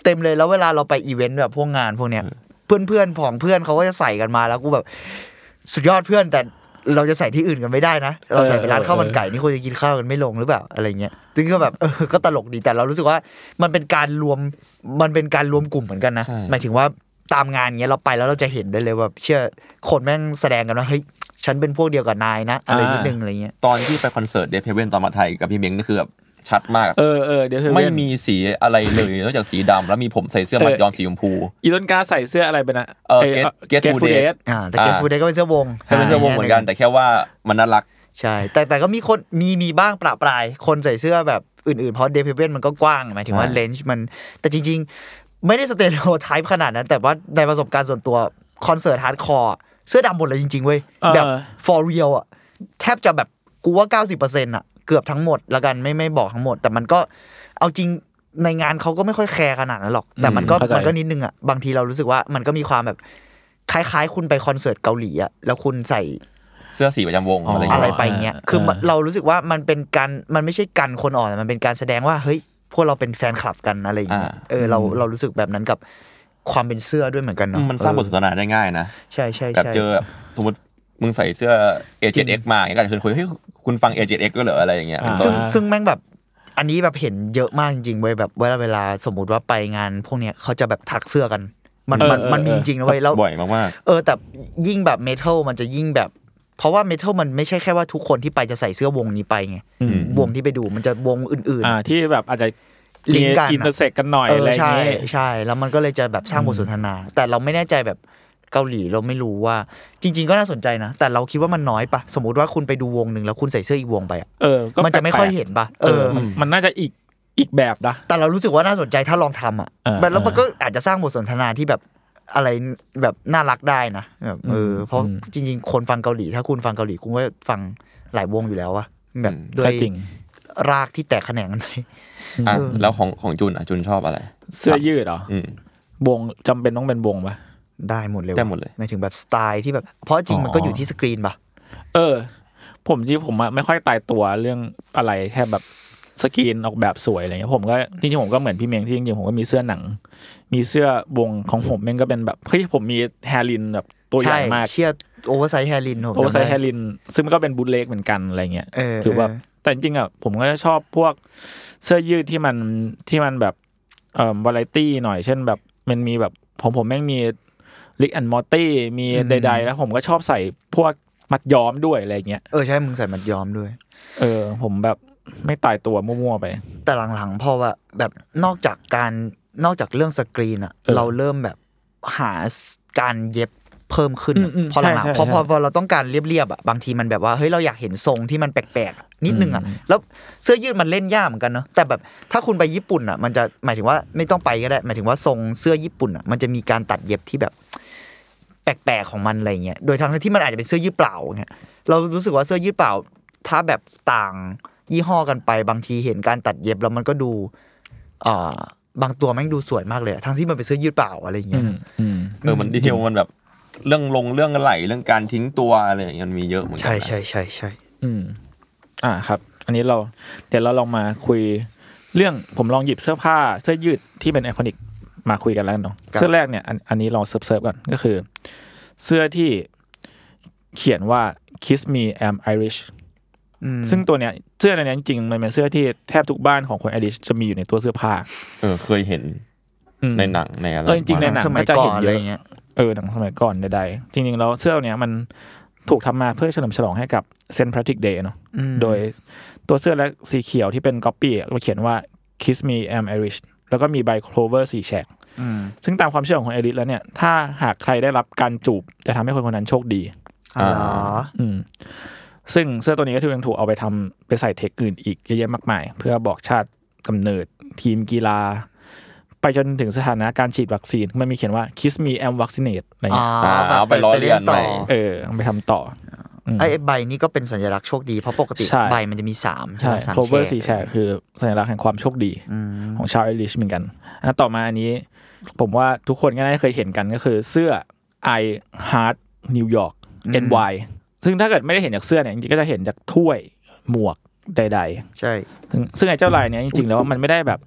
Speaker 5: เต็มเลยแล้วเวลาเราไปอีเวนต์แบบพวกงานพวกเนี้ยเพื่อนๆของเพื่อนเขาก็จะใส่กันมาแล้วกูแบบสุดยอดเพื่อนแต่เราจะใส่ที่อื่นกันไม่ได้นะเราใส่ไปร้านข้าวมันไก่นี่ควรจะกินข้าวกันไม่ลงหรือเปล่าอะไรเงี้ยซึ่งก็แบบเออก็ตลกดีแต่เรารู้สึกว่ามันเป็นการรวมมันเป็นการรวมกลุ่มเหมือนกันนะหมายถึงว่าตามงานเงี้ยเราไปแล้วเราจะเห็นได้เลยว่าเชื่อคนแม่งแสดงกันว่าเฮ้ยฉันเป็นพวกเดียวกับนายนะอะไรนิดนึงอะไรเงี้ย
Speaker 4: ตอนที่ไปคอนเสิร์ตเดฟเฮเว่นตอนมาไทยกับพี่เม้งนี่คือแบบชัดมาก
Speaker 3: เออเออเดี๋ยว
Speaker 4: ไม่มีสีอะไรเลยนอกจากสีดำแล้วมีผมใส่เสื้อมัดย้อมสีชมพู
Speaker 3: อีต้นกาใส่เสื้ออะไรไปนะ
Speaker 4: เออเกตเกตฟูเดส
Speaker 5: อ่าแต่เกตฟูเดสก็เป็นเสื้อวง
Speaker 4: ก็เป็นเสื้อวงเหมือนกันแต่แค่ว่ามันน่ารัก
Speaker 5: ใช่แต่แต่ก็มีคนมีมีบ้างประปรายคนใส่เสื้อแบบอื่นๆเพราะเดฟเฮเว่นมันก็กว้างหมายถึงว่าเลนส์มันแต่จริงๆไม่ได้สเตอริโอไทป์ขนาดนั้นแต่ว่าในประสบการณ์ส่วนตัวคอนเสิร์ตฮาร์ดคอร์เสื้อดำหมดเลยจริงๆเว้ยแบบ for real อ่ะแทบจะแบบกูว่า เก้าสิบเปอร์เซ็นต์ อ่ะเกือบทั้งหมดแล้วกันไม่ไม่บอกทั้งหมดแต่มันก็เอาจริงในงานเขาก็ไม่ค่อยแคร์ขนาดนั้นหรอกแต่มันก็มันก็นิดนึงอ่ะบางทีเรารู้สึกว่ามันก็มีความแบบคล้ายๆคุณไปคอนเสิร์ตเกาหลีอ่ะแล้วคุณใส่
Speaker 4: เสื้อสีประจำวงอะไร
Speaker 5: อะไรไปเงี้ยคือเรารู้สึกว่ามันเป็นการมันไม่ใช่กันคนอ่อนมันเป็นการแสดงว่าเฮ้ยพวกเราเป็นแฟนคลับกันอะไรอย่างเงี้ยเออเราเรารู้สึกแบบนั้นกับความเป็นเสื้อด้วยเหมือนกันเนาะ
Speaker 4: มันสร้างบทสนทนาได้ง่ายนะ
Speaker 5: ใช่ใช่
Speaker 4: แบบเจอสมมติมึงใส่เสื้อ เอ เจ็ด เอ็กซ์ มาอย่างเงี้ยก็จะคุยเฮ้ยคุณฟัง เอ เจ็ด เอ็กซ์ ก็เหรออะไรอย่างเงี้ย
Speaker 5: ซึ่งซึ่งแม่งแบบอันนี้แบบเห็นเยอะมากจริงๆเว้ยแบบเวลาเวลาสมมุติว่าไปงานพวกเนี้ยเขาจะแบบทักเสื้อกันมันมันมันมีจริงนะเว้ยแล้ว
Speaker 4: บ่อยมาก
Speaker 5: ๆเออแต่ยิ่งแบบเมทัลมันจะยิ่งแบบเพราะว่าเมทัลมันไม่ใช่แค่ว่าทุกคนที่ไปจะใส่เสื้อวงนี้ไปไงวงที่ไปดูมันจะวงอื่นๆ
Speaker 3: อ่าที่แบบอาจจะ
Speaker 5: ลิงก์กัน
Speaker 3: อินเตอร์เซ็กกันหน่อยอะไรอย่างงี้
Speaker 5: ใช่ใช่แล้วมันก็เลยจะแบบสร้างบทสนทนาแต่เราไม่แน่ใจแบบเกาหลีเราไม่รู้ว่าจริงๆก็น่าสนใจนะแต่เราคิดว่ามันน้อยปะสมมุติว่าคุณไปดูวงนึงแล้วคุณใส่เสื้ออีกวงไปอ่ะ
Speaker 3: เออ
Speaker 5: มันจะไม่ค่อยเห็นปะ
Speaker 3: เออมันน่าจะอีกอีกแบบนะ
Speaker 5: แต่เรารู้สึกว่าน่าสนใจถ้าลองทำอ่ะแล้วมันก็อาจจะสร้างบทสนทนาที่แบบอะไรแบบน่ารักได้นะแบบเออเพราะจริงๆคนฟังเกาหลีถ้าคุณฟังเกาหลีคุณก็ฟังหลายวงอยู่แล้วอะแบบด้วยรากที่แตกแขนงกันไป
Speaker 4: อ่ะแล้วของของจุนอ่ะจุนชอบอะไร
Speaker 3: เสื้อยืดเหรอวงจำเป็นต้องเป็นวงปะ
Speaker 5: ได้หมดเลย
Speaker 4: ได้หมดเลย
Speaker 5: หมายถึงแบบสไตล์ที่แบบเพราะจริงมันก็อยู่ที่สกรีนปะ
Speaker 3: เออผมที่ผมไม่ค่อยตายตัวเรื่องอะไรแค่แบบสกรีนออกแบบสวยอะไรเงี้ยผมก็จริงๆผมก็เหมือนพี่เมงที่จริงๆผมก็มีเสื้อหนังมีเสื้อวงของผมเองก็เป็นแบบเฮ้ยผมมีแฮร์รินแบบตัวใหญ่มาก
Speaker 5: เชี่ยโอเวอร์ไซส์แฮร์ริน
Speaker 3: โอเวอร์ไซส์แฮร์รินซึ่งมันก็เป็นบูทเล็กเหมือนกันอะไรเงี้ยคือว่าแต่จริงๆอ่ะผมก็ชอบพวกเสื้อยืดที่มันที่มันแบบเอ่อวาไรตี้หน่อยเช่นแบบมันมีแบบผมผมแม่งมีลิกแอนด์มอร์ตี้มีใดๆแล้วผมก็ชอบใส่พวกมัดย้อมด้วยอะไรเงี้ย
Speaker 5: เออใช่มึงใส่มัดย้อมด้วย
Speaker 3: เออผมแบบไม่ตายตัวมั่วๆไป
Speaker 5: แต่หลังๆพอว่าแบบนอกจากการนอกจากเรื่องสกรีนอ่ะเราเริ่มแบบหาการเย็บเพิ่มขึ้นพอหลังๆพอพอพอเราต้องการเรียบๆอ่ะบางทีมันแบบว่าเฮ้ยเราอยากเห็นทรงที่มันแปลกๆนิดนึงอ่ะแล้วเสื้อยืดมันเล่นยากเหมือนกันเนาะแต่แบบถ้าคุณไปญี่ปุ่นอ่ะมันจะหมายถึงว่าไม่ต้องไปก็ได้หมายถึงว่าทรงเสื้อญี่ปุ่นอ่ะมันจะมีการตัดเย็บที่แบบแปลกๆของมันอะไรเงี้ยโดยทั้งที่มันอาจจะเป็นเสื้อยืดเปล่าเงี้ยเรารู้สึกว่าเสื้อยืดเปล่าถ้าแบบต่างยี่ห้อกันไปบางทีเห็นการตัดเย็บแล้วมันก็ดูอ่าบางตัวแม่งดูสวยมากเลยทั้งที่มันเป็นเสื้อยืดเปล่าอะไรเงี้ย
Speaker 4: เออมันดีเทลมันแบบเรื่องลงเรื่องไหลเรื่องการทิ้งตัวอะไรอย่างเงี้ยมันมีเยอะเหมือนกัน
Speaker 5: ใช่ใช่ใช่ใช่
Speaker 3: อืมอ่าครับอันนี้เราเดี๋ยวเราลองมาคุยเรื่องผมลองหยิบเสื้อผ้าเสื้อยืดที่เป็นไอคอนิกมาคุยกันแล้วเนาะเสื้อแรกเนี่ยอันอันนี้ลองเซิร์ฟๆก่อนก็คือเสื้อที่เขียนว่า Kiss Me I'm Irish ซึ่งตัวเนี้ยเสื้อในนี้จริงๆมันเป็นเสื้อที่แทบทุกบ้านของคนไอริชจะมีอยู่ในตัวเสื้อผ้า
Speaker 4: เออเคยเห็นในหนังในอะไร
Speaker 3: เออจริงๆในหนังมันจะเห็นเยอะเออหนังสมัยก่อนใดๆจริงๆแล้วเสื้อเนี้ยมันถูกทำมาเพื่อเฉลิมฉลองให้กับ Saint Patrick Day เนาะโดยตัวเสื้อและสีเขียวที่เป็นก๊อปปี้ก็เขียนว่า Kiss Me I'm Irish แล้วก็มีใบโคลเวอร์สี่แฉกซึ่งตามความเชื่อของคนไอริชแล้วเนี่ยถ้าหากใครได้รับการจูบจะทำให้คนคนนั้นโชคดี
Speaker 5: อ๋อ
Speaker 3: อืมซึ่งเสื้อตัวนี้ก็ยังถูกเอาไปทำไปใส่เทคอื่นอีกเยอะแยะมากมายเพื่อบอกชาติกำเนิดทีมกีฬาไปจนถึงสถานะการฉีดวัคซีนมันมีเขียนว่า Kiss Me I'm Vaccinated อะไรเงี้ย
Speaker 4: เอาไปล้อเลียนต่อ
Speaker 3: เออเอาไปทำต่อ
Speaker 5: ไอ้ใบนี้ก็เป็นสัญลักษณ์โชคดีเพราะปกติใบมันจะมีสาม
Speaker 3: ใช่โคเวอร์สี่แฉกคือสัญลักษณ์แห่งความโชคดีของชาวไอริชเหมือนกันต่อมาอันนี้ผมว่าทุกคนก็น่าจะเคยเห็นกันก็คือเสื้อ I Heart New York เอ็น วาย ซึ่งถ้าเกิดไม่ได้เห็นจากเสื้อเนี่ยจริงๆก็จะเห็นจากถ้วยหมวกใดๆ
Speaker 5: ใช่
Speaker 3: ซึ่งซึ่งไอ้เจ้าลายเนี้ยจริงๆแล้วมันไม่ได้แบบ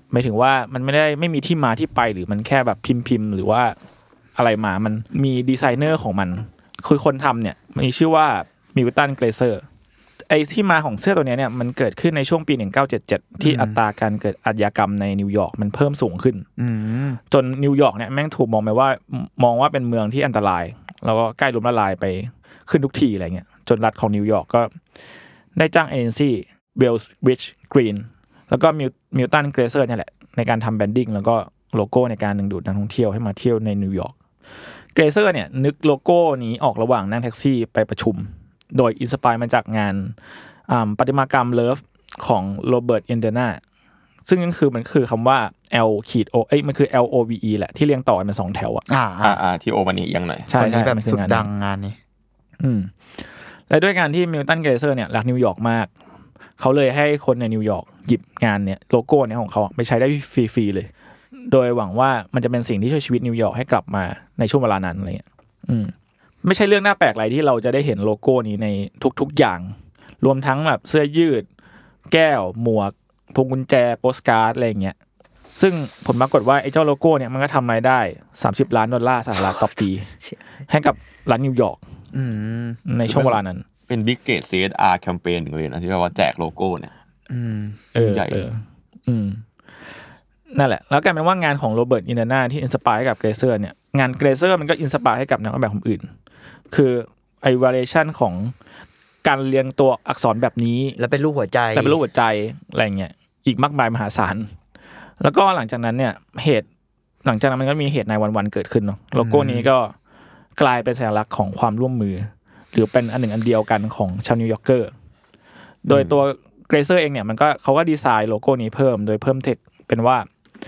Speaker 3: หมายถึงว่ามันไม่ได้ไม่มีที่มาที่ไปหรือมันแค่แบบพิมพ์ๆหรือว่าอะไรมามันมีดีไซเนอร์ของมันคือคนทำเนี่ยมีชื่อว่ามิลตันเกรเซอร์ไอ้ที่มาของเสื้อตัวนี้เนี่ยมันเกิดขึ้นในช่วงปีหนึ่งเก้าเจ็ดเจ็ดที่อัตราการเกิดอาชญากรรมในนิวยอร์กมันเพิ่มสูงขึ้นจนนิวยอร์กเนี่ยแม่งถูกมองไปว่ามองว่าเป็นเมืองที่อันตรายแล้วก็ใกล้ล้มละลายไปขึ้นทุกทีอะไรเงี้ยจนรัฐของนิวยอร์กก็ได้จ้างเอเจนซี่เวลส์ริชกรีนแล้วก็มิลตันเกรเซอร์เนี่ยแหละในการทำแบรนดิ้งแล้วก็โลโก้ในการดึงดูดนักท่องเที่ยวให้มาเที่ยวในนิวยอร์กเกรเซอร์เนี่ยนึกโลโก้นี้ออกระหว่างนั่งแท็กซี่ไปประชุมโดยอินสไปร์มาจากงานประติมากรรมเลิฟของโรเบิร์ตอินเดนาซึ่งนั่นคือมันคือคำว่า L ขีด O เอ้ยมันคือ L O V E แหละที่เรียงต่อกันเป็นสองแถวอ่ะ
Speaker 5: อ่า
Speaker 4: อ่าที่โอมันนี่ยังหน่อย
Speaker 3: ใช่ๆ
Speaker 5: แบบสุดดังงานนี้
Speaker 3: อืมและด้วยการที่มิลตันเกรเซอร์เนี่ยรักนิวยอร์กมากเขาเลยให้คนในนิวยอร์กหยิบงานเนี่ยโลโก้เนี่ยของเขาไปใช้ได้ฟรีๆเลยโดยหวังว่ามันจะเป็นสิ่งที่ช่วยชีวิตนิวยอร์กให้กลับมาในช่วงเวลานั้นอะไรเงี้ยอืมไม่ใช่เรื่องน่าแปลกอะไรที่เราจะได้เห็นโลโก้นี้ในทุกๆอย่างรวมทั้งแบบเสื้อยืดแก้วหมวกพวงกุญแจโปสการ์ดอะไรอย่างเงี้ยซึ่งผลปรากฏว่าไอ้เจ้าโลโก้เนี่ยมันก็ทำรายได้สามสิบล้านดอลลาร์สหรัฐต่อปีให้กับรัฐนิวยอร์กในช่วงเวลานั้น
Speaker 4: เป็นบิ๊กเกต ซี เอส อาร์ แคมเปญนึงเลยนะที่ว่าแจกโลโก้เนี่ย
Speaker 3: อืมเออใหญ่อืมนั่นแหละแล้วกลายเป็นว่างานของโรเบิร์ตอินเดนาที่อินสไปร์ให้กับเกรเซอร์เนี่ยงานเกรเซอร์มันก็อินสไปร์ให้กับนักออกแบบคนอื่นคือไอ้ variation ของการเรียงตัวอักษรแบบนี้
Speaker 5: แล้วเป็นรูปหัวใจ
Speaker 3: แล้วเป็นรูปหัวใจอะไรเงี้ยอีกมากมายมหาศาลแล้วก็หลังจากนั้นเนี่ยเหตุหลังจากนั้นมันก็มีเหตุในวันๆเกิดขึ้นเนาะโลโก้นี้ก็กลายเป็นสัญลักษณ์ของความร่วมมือหรือเป็นอันหนึ่งอันเดียวกันของชาวนิวยอร์กเกอร์โดยตัวเกรเซอร์เองเนี่ยมันก็เขาก็ดีไซน์โลโก้นี้เพิ่มโดยเพิ่มเท็กซ์เป็นว่า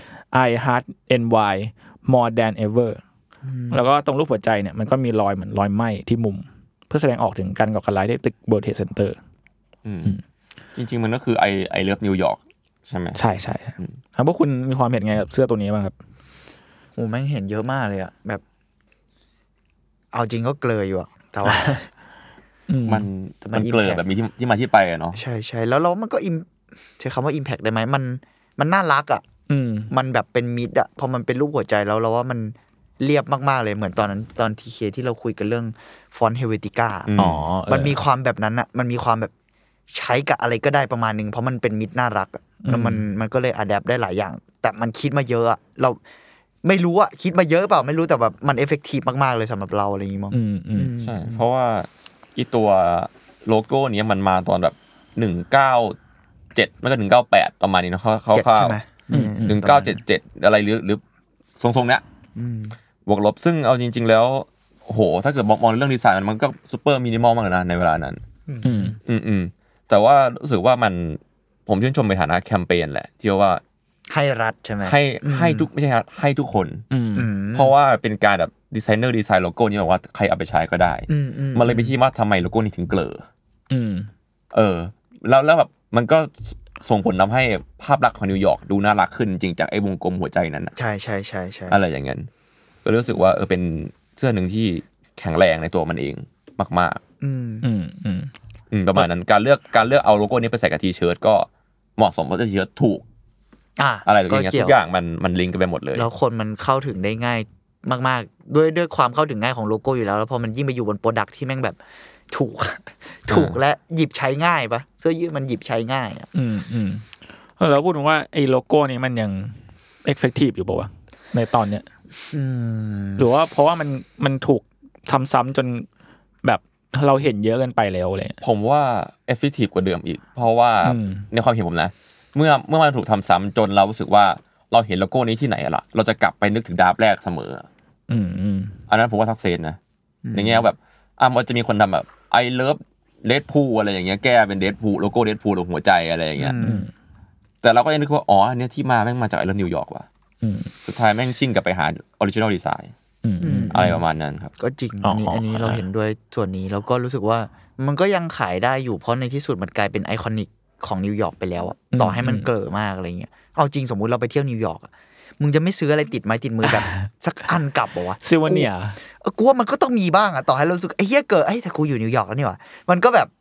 Speaker 3: I heart N Y more than ever แล้วก็ตรงรูปหัวใจเนี่ยมันก็มีรอยเหมือนรอยไหม้ที่มุมเพื่อแสดงออกถึงการก่อการร้ายที่ตึก World Trade Center
Speaker 4: จริงๆมันก็คือไอไอเลิฟนิวยอร์กใช่ไหม
Speaker 3: ใช่ใช่ครับพวกคุณมีความเห็นไงกับเสื้อตัวนี้บ้างครับ
Speaker 5: โอ้แม่งเห็นเยอะมากเลยอะแบบเอาจริงก็เกลยอยู่อะแต่ว่า
Speaker 4: มันมันเกลยแบบมีที่ที่มาที่ไปอะเนาะ
Speaker 5: ใช่ใช่แล้วเรามันก็อิมใช้คำว่า impact ได้ไหมมันมันน่ารักอะมันแบบเป็นมิตรอะพอมันเป็นรูปหัวใจแล้วเราว่ามันเรียบมากๆเลยเหมือนตอนนั้นตอนทีเคที่เราคุยกันเรื่องฟอนต์เฮเวติก้าอ๋อมันมีความแบบนั้นอะมันมีความแบบใช้กับอะไรก็ได้ประมาณนึงเพราะมันเป็นมิตรน่ารักอะแล้วมันมันก็เลยอะแดปได้หลายอย่างแต่มันคิดมาเยอะอะเราไม่รู้อะคิดมาเยอะเปล่าไม่รู้แต่แบบมันเอฟเฟกตีฟมากๆเลยสำหรับเราอะไรอย่างงี้มั้ง
Speaker 4: ใช่เพราะว่าอีตัวโลโก้นี้มันมาตอนแบบหนึ่งเก้าเจ็ดมันก็หนึ่งเก้าแปดประมาณนี้เนาะเขาเข้าหนึ่งเก้าเจ็ดเจ็ดอะไรหรือหรือทรงๆเนี้ยบวกลบซึ่งเอาจริงๆแล้วโหถ้าเกิดมองเรื่องดีไซน์มันก็ซุปเปอร์มินิมอลมากนะในเวลานั้นอืมอืมแต่ว่ารู้สึกว่ามันผมชื่นชมในฐานะแคมเปญแหละที่ว่า
Speaker 5: ให้รัฐใช่ไหม
Speaker 4: ให้ให้ทุกไม่ใช่ครับให้ทุกคนเพราะว่าเป็นการแบบดีไซเนอร์ดีไซน์โลโก้นี้บอกว่าใครเอาไปใช้ก็ได้มันเลยเป็นที่มาทำไมโลโก้นี้ถึงเกลอเออแล้วแล้วแบบมันก็ส่งผลทำให้ภาพลักษณ์ของนิวยอร์กดูน่ารักขึ้นจริงจากไอ้วงกลมหัวใจนั้น
Speaker 5: ใช่ใช่ใช่ใช่
Speaker 4: อะไรอย่างเงี้ยก็รู้สึกว่าเออเป็นเสื้อหนึ่งที่แข็งแรงในตัวมันเองมากๆอืมอืมอืมอืมประมาณนั้นการเลือกการเลือกเอาโลโก้นี้ไปใส่กับทีเชิ้ตก็เหมาะสมเพราะทีเชิ้ตถูกอ่าอะไรอย่างเงี้ยทุกอย่างมันมันลิงก์กันไปหมดเลย
Speaker 5: แล้วคนมันเข้าถึงได้ง่ายมากๆด้วยด้วยความเข้าถึงง่ายของโลโก้อยู่แล้วแล้วพอมันยิ่งไปอยู่บนโปรดักต์ที่แม่งแบบถูกถูกและหยิบใช้ง่ายปะเสื้อยืดมันหยิบใช้ง่ายอ่ะ
Speaker 3: อืมอืมแล้วพูดถึงว่าไอ้โลโก้นี้มันยังเอฟเฟกตีฟอยู่ป่าววะในตอนเนี้ยหรือว่าเพราะว่ามันมันถูกทำซ้ำจนแบบเราเห็นเยอะเกินไปแล้วเลย
Speaker 4: ผมว่าเอฟเฟกตีฟกว่าเดิมอีกเพราะว่าในความเห็นผมนะเมื่อเมื่อมันถูกทำซ้ำจนเรารู้สึกว่าเราเห็นโลโก้นี้ที่ไหนล่ะเราจะกลับไปนึกถึงดราฟแรกเสมออืมอันนั้นผมว่าซักเซสนะอย่างเงี้ยแบบอ่ะมันจะมีคนทำแบบไอเลิฟเดดพูลอะไรอย่างเงี้ยแก้เป็นเดดพูลโลโก้เดดพูลลงหัวใจอะไรอย่างเงี้ยแต่เราก็ยังนึกว่าอ๋ออันนี้ที่มาแม่งมาจากไอเลิฟนิวยอร์กว่ะสุดท้ายแม่งชิ่งกลับไปหาออริจินอลดีไซน์อะไรประมาณนั้นครับ
Speaker 5: ก็จริงอันนี้อันนี้เราเห็นด้วยส่วนนี้แล้วก็รู้สึกว่ามันก็ยังขายได้อยู่เพราะในที่สุดมันกลายเป็นไอคอนิกของนิวยอร์กไปแล้วต่อให้มันเกลอมากอะไรเงี้ยเอาจริงสมมุติเราไปเที่ยวนิวยอร์กมึงจะไม่ซื้ออะไรติดไม้ติดมือแบบสักอันกลับบ่วะ
Speaker 3: ซิวเนีย
Speaker 5: เออกูว่ามันก็ต้องมีบ้างอ่ะต่อให้เราสึกไอ้เหี้ยเกิดไอ้แต่กูอยู่นิวยอร์กแล้วนี่หว่ามันก็แบบ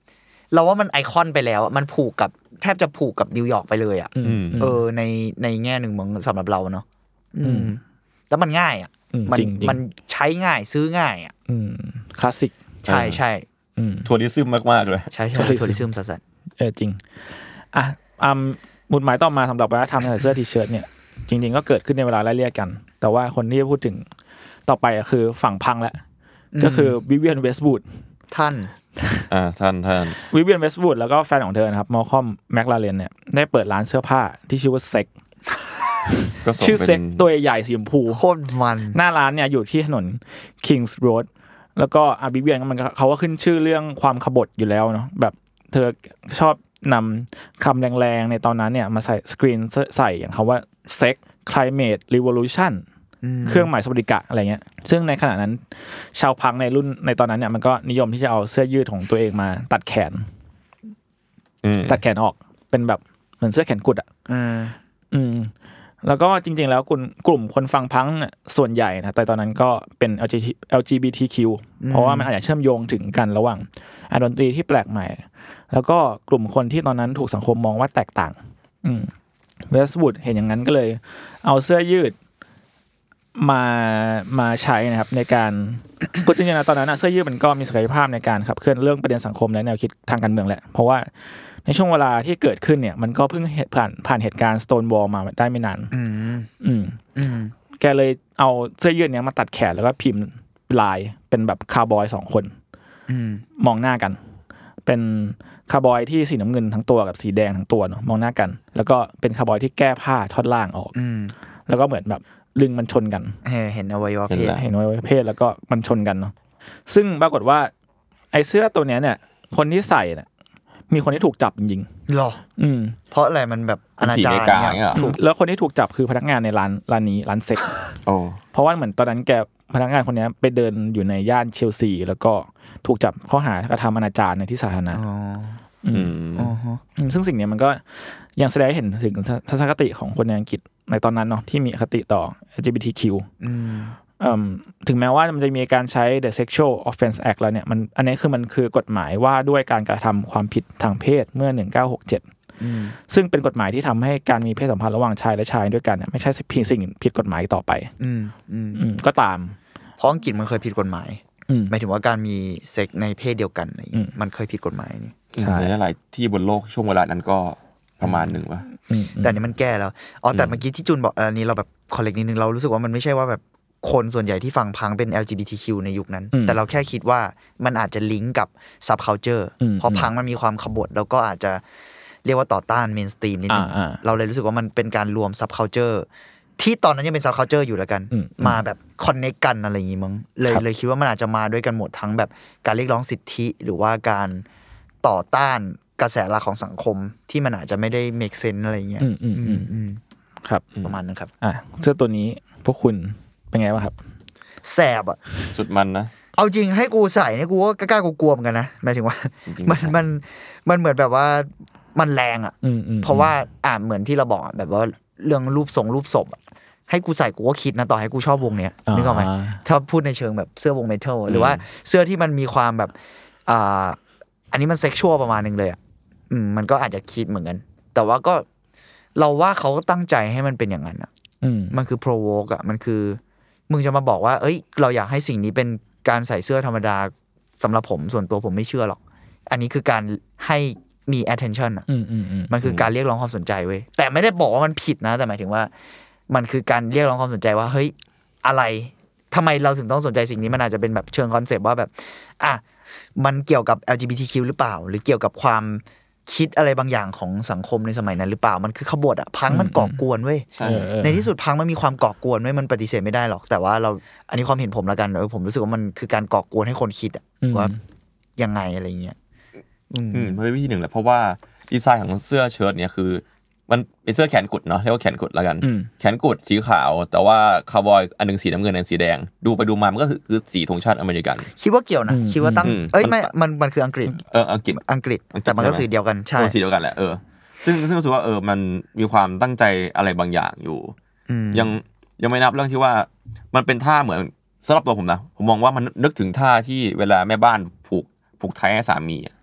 Speaker 5: เราว่ามันไอคอนไปแล้วมันผูกกับแทบจะผูกกับนิวยอร์กไปเลยอ่ะเออในในแง่นึงของสำหรับเราเนาะอืมแล้วมันง่ายอ่ะมันมันใช้ง่ายซื้อง่ายอ่ะ
Speaker 3: อืมคลาสสิก
Speaker 5: ใช่ใช่
Speaker 4: ทัวริซึมมากๆเลย
Speaker 5: ใช่ใช่ทัวริซึมสัส
Speaker 3: ๆเออจริงอ่ะอ่าหมุดหมายต่อมาสำหรับวัฒนธรรมในเสื้อทีเชิ้ตเนี่ยจริงๆก็เกิดขึ้นในเวลาไล่เลี่ยกันแต่ว่าคนที่พูดถึงต่อไปก็คือฝั่งพังแล้วก็คือวิเวียนเวสต์วูด
Speaker 5: ท่าน
Speaker 4: อ่าท่านท่าน
Speaker 3: วิเวียนเวสต์วูดแล้วก็แฟนของเธอนะครับมอลคอมแมคลาเรนเนี่ยได้เปิดร้านเสื้อผ้าที่ชื่อว่าเซ็กชื่อเซ็กตัวใหญ่สีชมพู
Speaker 5: โคตรมัน
Speaker 3: หน้าร้านเนี่ยอยู่ที่ถนน Kings Road แล้วก็อาบิเวียนมันเขาก็ขึ้นชื่อเรื่องความขบถอยู่แล้วเนาะแบบเธอชอบนำคำแรงๆในตอนนั้นเนี่ยมาใส่สกรีนใส่อย่างคำว่า sex climate revolution เครื่องหมายสวัสดิกะอะไรเงี้ยซึ่งในขณะนั้นชาวพังในรุ่นในตอนนั้นเนี่ยมันก็นิยมที่จะเอาเสื้อยืดของตัวเองมาตัดแขนตัดแขนออกเป็นแบบเหมือนเสื้อแขนกุดอ่ะอืมแล้วก็จริงๆแล้วกลุ่มกลุ่มคนฟังพังส่วนใหญ่นะแต่ตอนนั้นก็เป็น แอล จี บี ที คิว เพราะว่ามันอาจจะเชื่อมโยงถึงกันระหว่างดนตรีที่แปลกใหม่แล้วก็กลุ่มคนที่ตอนนั้นถูกสังคมมองว่าแตกต่างอืมเวสต์วูดเห็นอย่างนั้นก็เลยเอาเสื้อยืดมามาใช้นะครับในการพูดจริงๆนะตอนนั้นเสื้อยืดมันก็มีศักยภาพในการขับเคลื่อนเรื่องประเด็นสังคมและแนวคิดทางการเมืองแหละเพราะว่าในช่วงเวลาที่เกิดขึ้นเนี่ยมันก็เพิ่งผ่านผ่านเหตุการณ์ Stonewall มาได้ไม่นานอืมอืมอืมแกเลยเอาเสื้อยืดเนี้ยมาตัดแขนแล้วก็พิมพ์ลายเป็นแบบคาวบอยสองคนอืมมองหน้ากันเป็นคาวบอยที่สีน้ำเงินทั้งตัวกับสีแดงทั้งตัวเนาะมองหน้ากันแล้วก็เป็นคาวบอยที่แก้ผ้าท่อนล่างออกอืมแล้วก็เหมือนแบบลึงมันชนกัน
Speaker 5: เห็นอวัยวะเพศ
Speaker 3: เห็นอวัยวะเพศแล้วก็มันชนกันเนาะซึ่งปรากฏว่าไอ้เสื้อตัวเนี้ยเนี่ยคนที่ใส่เนี่ยมีคนที่ถูกจับจริง
Speaker 5: ๆหรออืมเพราะอะไรมันแบบอนาจารเนี่ย
Speaker 3: แล้วคนที่ถูกจับคือพนักงานในร้านร้านนี้ร้านเซ็กโอ้เพราะว่าเหมือนตอนนั้นแกพนักงานคนนี้ไปเดินอยู่ในย่านเชลซีแล้วก็ถูกจับข้อหากระทำอนาจารในที่สาธารณะอ๋ออืมอ๋อซึ่งสิ่งนี้มันก็ยังแสดงให้เห็นถึงทัศนคติของคนในอังกฤษในตอนนั้นเนาะที่มีอคติต่อ แอล จี บี ที คิว อืมถึงแม้ว่ามันจะมีการใช้ The Sexual Offense Act แล้วเนี่ยมันอันนี้คือมันคือกฎหมายว่าด้วยการกระทำความผิดทางเพศเมื่อหนึ่งพันเก้าร้อยหกสิบเจ็ดซึ่งเป็นกฎหมายที่ทำให้การมีเพศสัมพันธ์ระหว่างชายและชายด้วยกันเนี่ยไม่ใช่เพียงสิ่งผิดกฎหมายต่อไปอืมอืมก็ตาม
Speaker 5: เพราะอังกฤษมันเคยผิดกฎหมายหมายถึงว่าการมีเซ็กในเพศเดียวกันอะไรอย่างเงี้ยมันเคยผิดกฎหมายนี่
Speaker 4: ใช่หลายที่บนโลกช่วงเวลานั้นก็ประมาณหนึ่งว่ะ
Speaker 5: แต่อันนี้มันแก้แล้วอ๋อแต่เมื่อกี้ที่จูนบอกอันนี้เราแบบคอลเลกนิดนึงเรารู้สึกว่ามันไม่ใช่ว่าแบบคนส่วนใหญ่ที่ฟังพังเป็น แอล จี บี ที คิว ในยุคนั้นแต่เราแค่คิดว่ามันอาจจะลิงก์กับ subculture เพราะพังมันมีความขบถแล้วก็อาจจะเรียกว่าต่อต้าน mainstream นิดนึงเราเลยรู้สึกว่ามันเป็นการรวม subculture ที่ตอนนั้นยังเป็น subculture อยู่แล้วกันมาแบบ connect กันอะไรอย่างงี้มั้งเลยเลยคิดว่ามันอาจจะมาด้วยกันหมดทั้งแบบการเรียกร้องสิทธิหรือว่าการต่อต้านกระแสหลักของสังคมที่มันอาจจะไม่ได้ make sense อะไรเงี้ย
Speaker 3: ครับ
Speaker 5: ประมาณนั้นครับ
Speaker 3: อ่ะเสื้อตัวนี้พวกคุณเป็นไงบ้างครับ
Speaker 5: แสบอ่ะ
Speaker 4: สุดมันนะ
Speaker 5: เอาจริงให้กูใส่เนี่ยกูก็กล้ากลัวๆเหมือนกันนะหมายถึงว่ามันมันมันเหมือนแบบว่ามันแรงอ่ะเพราะว่าอ่าเหมือนที่เราบอกแบบว่าเรื่องรูปทรงรูปศพให้กูใส่กูก็คิดนะต่อให้กูชอบวงเนี้ยนึกออกไหมถ้าพูดในเชิงแบบเสื้อวงเมทัลหรือว่าเสื้อที่มันมีความแบบอ่าอันนี้มันเซ็กชวลประมาณนึงเลยอ่ะอืมมันก็อาจจะคิดเหมือนกันแต่ว่าก็เราว่าเขาก็ตั้งใจให้มันเป็นอย่างนั้นอ่ะมันคือ provoke อ่ะมันคือมึงจะมาบอกว่าเอ้ยเราอยากให้สิ่งนี้เป็นการใส่เสื้อธรรมดาสำหรับผมส่วนตัวผมไม่เชื่อหรอกอันนี้คือการให้มี attention อ่ะมันคือการเรียกร้องความสนใจเว้ยแต่ไม่ได้บอกว่ามันผิดนะแต่หมายถึงว่ามันคือการเรียกร้องความสนใจว่าเฮ้ยอะไรทำไมเราถึงต้องสนใจสิ่งนี้มันอาจจะเป็นแบบเชิงคอนเซปต์ว่าแบบอ่ะมันเกี่ยวกับ แอล จี บี ที คิว หรือเปล่าหรือเกี่ยวกับความคิดอะไรบางอย่างของสังคมในสมัยนั้นหรือเปล่ามันคือขบถอ่ะพังมันก่อกวนเว้ยในที่สุดพังมันมีความก่อกวนเว้ยมันปฏิเสธไม่ได้หรอกแต่ว่าเราอันนี้ความเห็นผมแล้วกันเออผมรู้สึกว่ามันคือการก่อกวนให้คนคิดอ่ะว่ายังไงอะไรเงี้ย
Speaker 4: อืมมันเป็นวิธีหนึ่งแหละเพราะว่าดีไซน์ของเสื้อเชิ้ตเนี่ยคือมันเป็นเสื้อแขนกุดเนาะเรียกว่าแขนกุดแล้วกันแขนกุดสีขาวแต่ว่าคาวบอยอันนึงสีน้ำเงินอันสีแดงดูไปดูมามันก็คือสีธงชาติอเมริกัน
Speaker 5: คิดว่าเกี่ยวนะคิดว่าตั้งเอ้ยไม่มันมันคืออังกฤษ
Speaker 4: เอออังกฤษ
Speaker 5: อังกฤษแต่มันก็สีเดียวกันใช่
Speaker 4: สีเดียวกันแหละเออซึ่งซึ่งรู้สึกว่าเออมันมีความตั้งใจอะไรบางอย่างอยู่ยังยังไม่นับเรื่องที่ว่ามันเป็นท่าเหมือนสำหรับตัวผมนะผมมองว่ามันนึกถึงท่าที่เวลาแม่บ้านผูกผูกไทให้สามี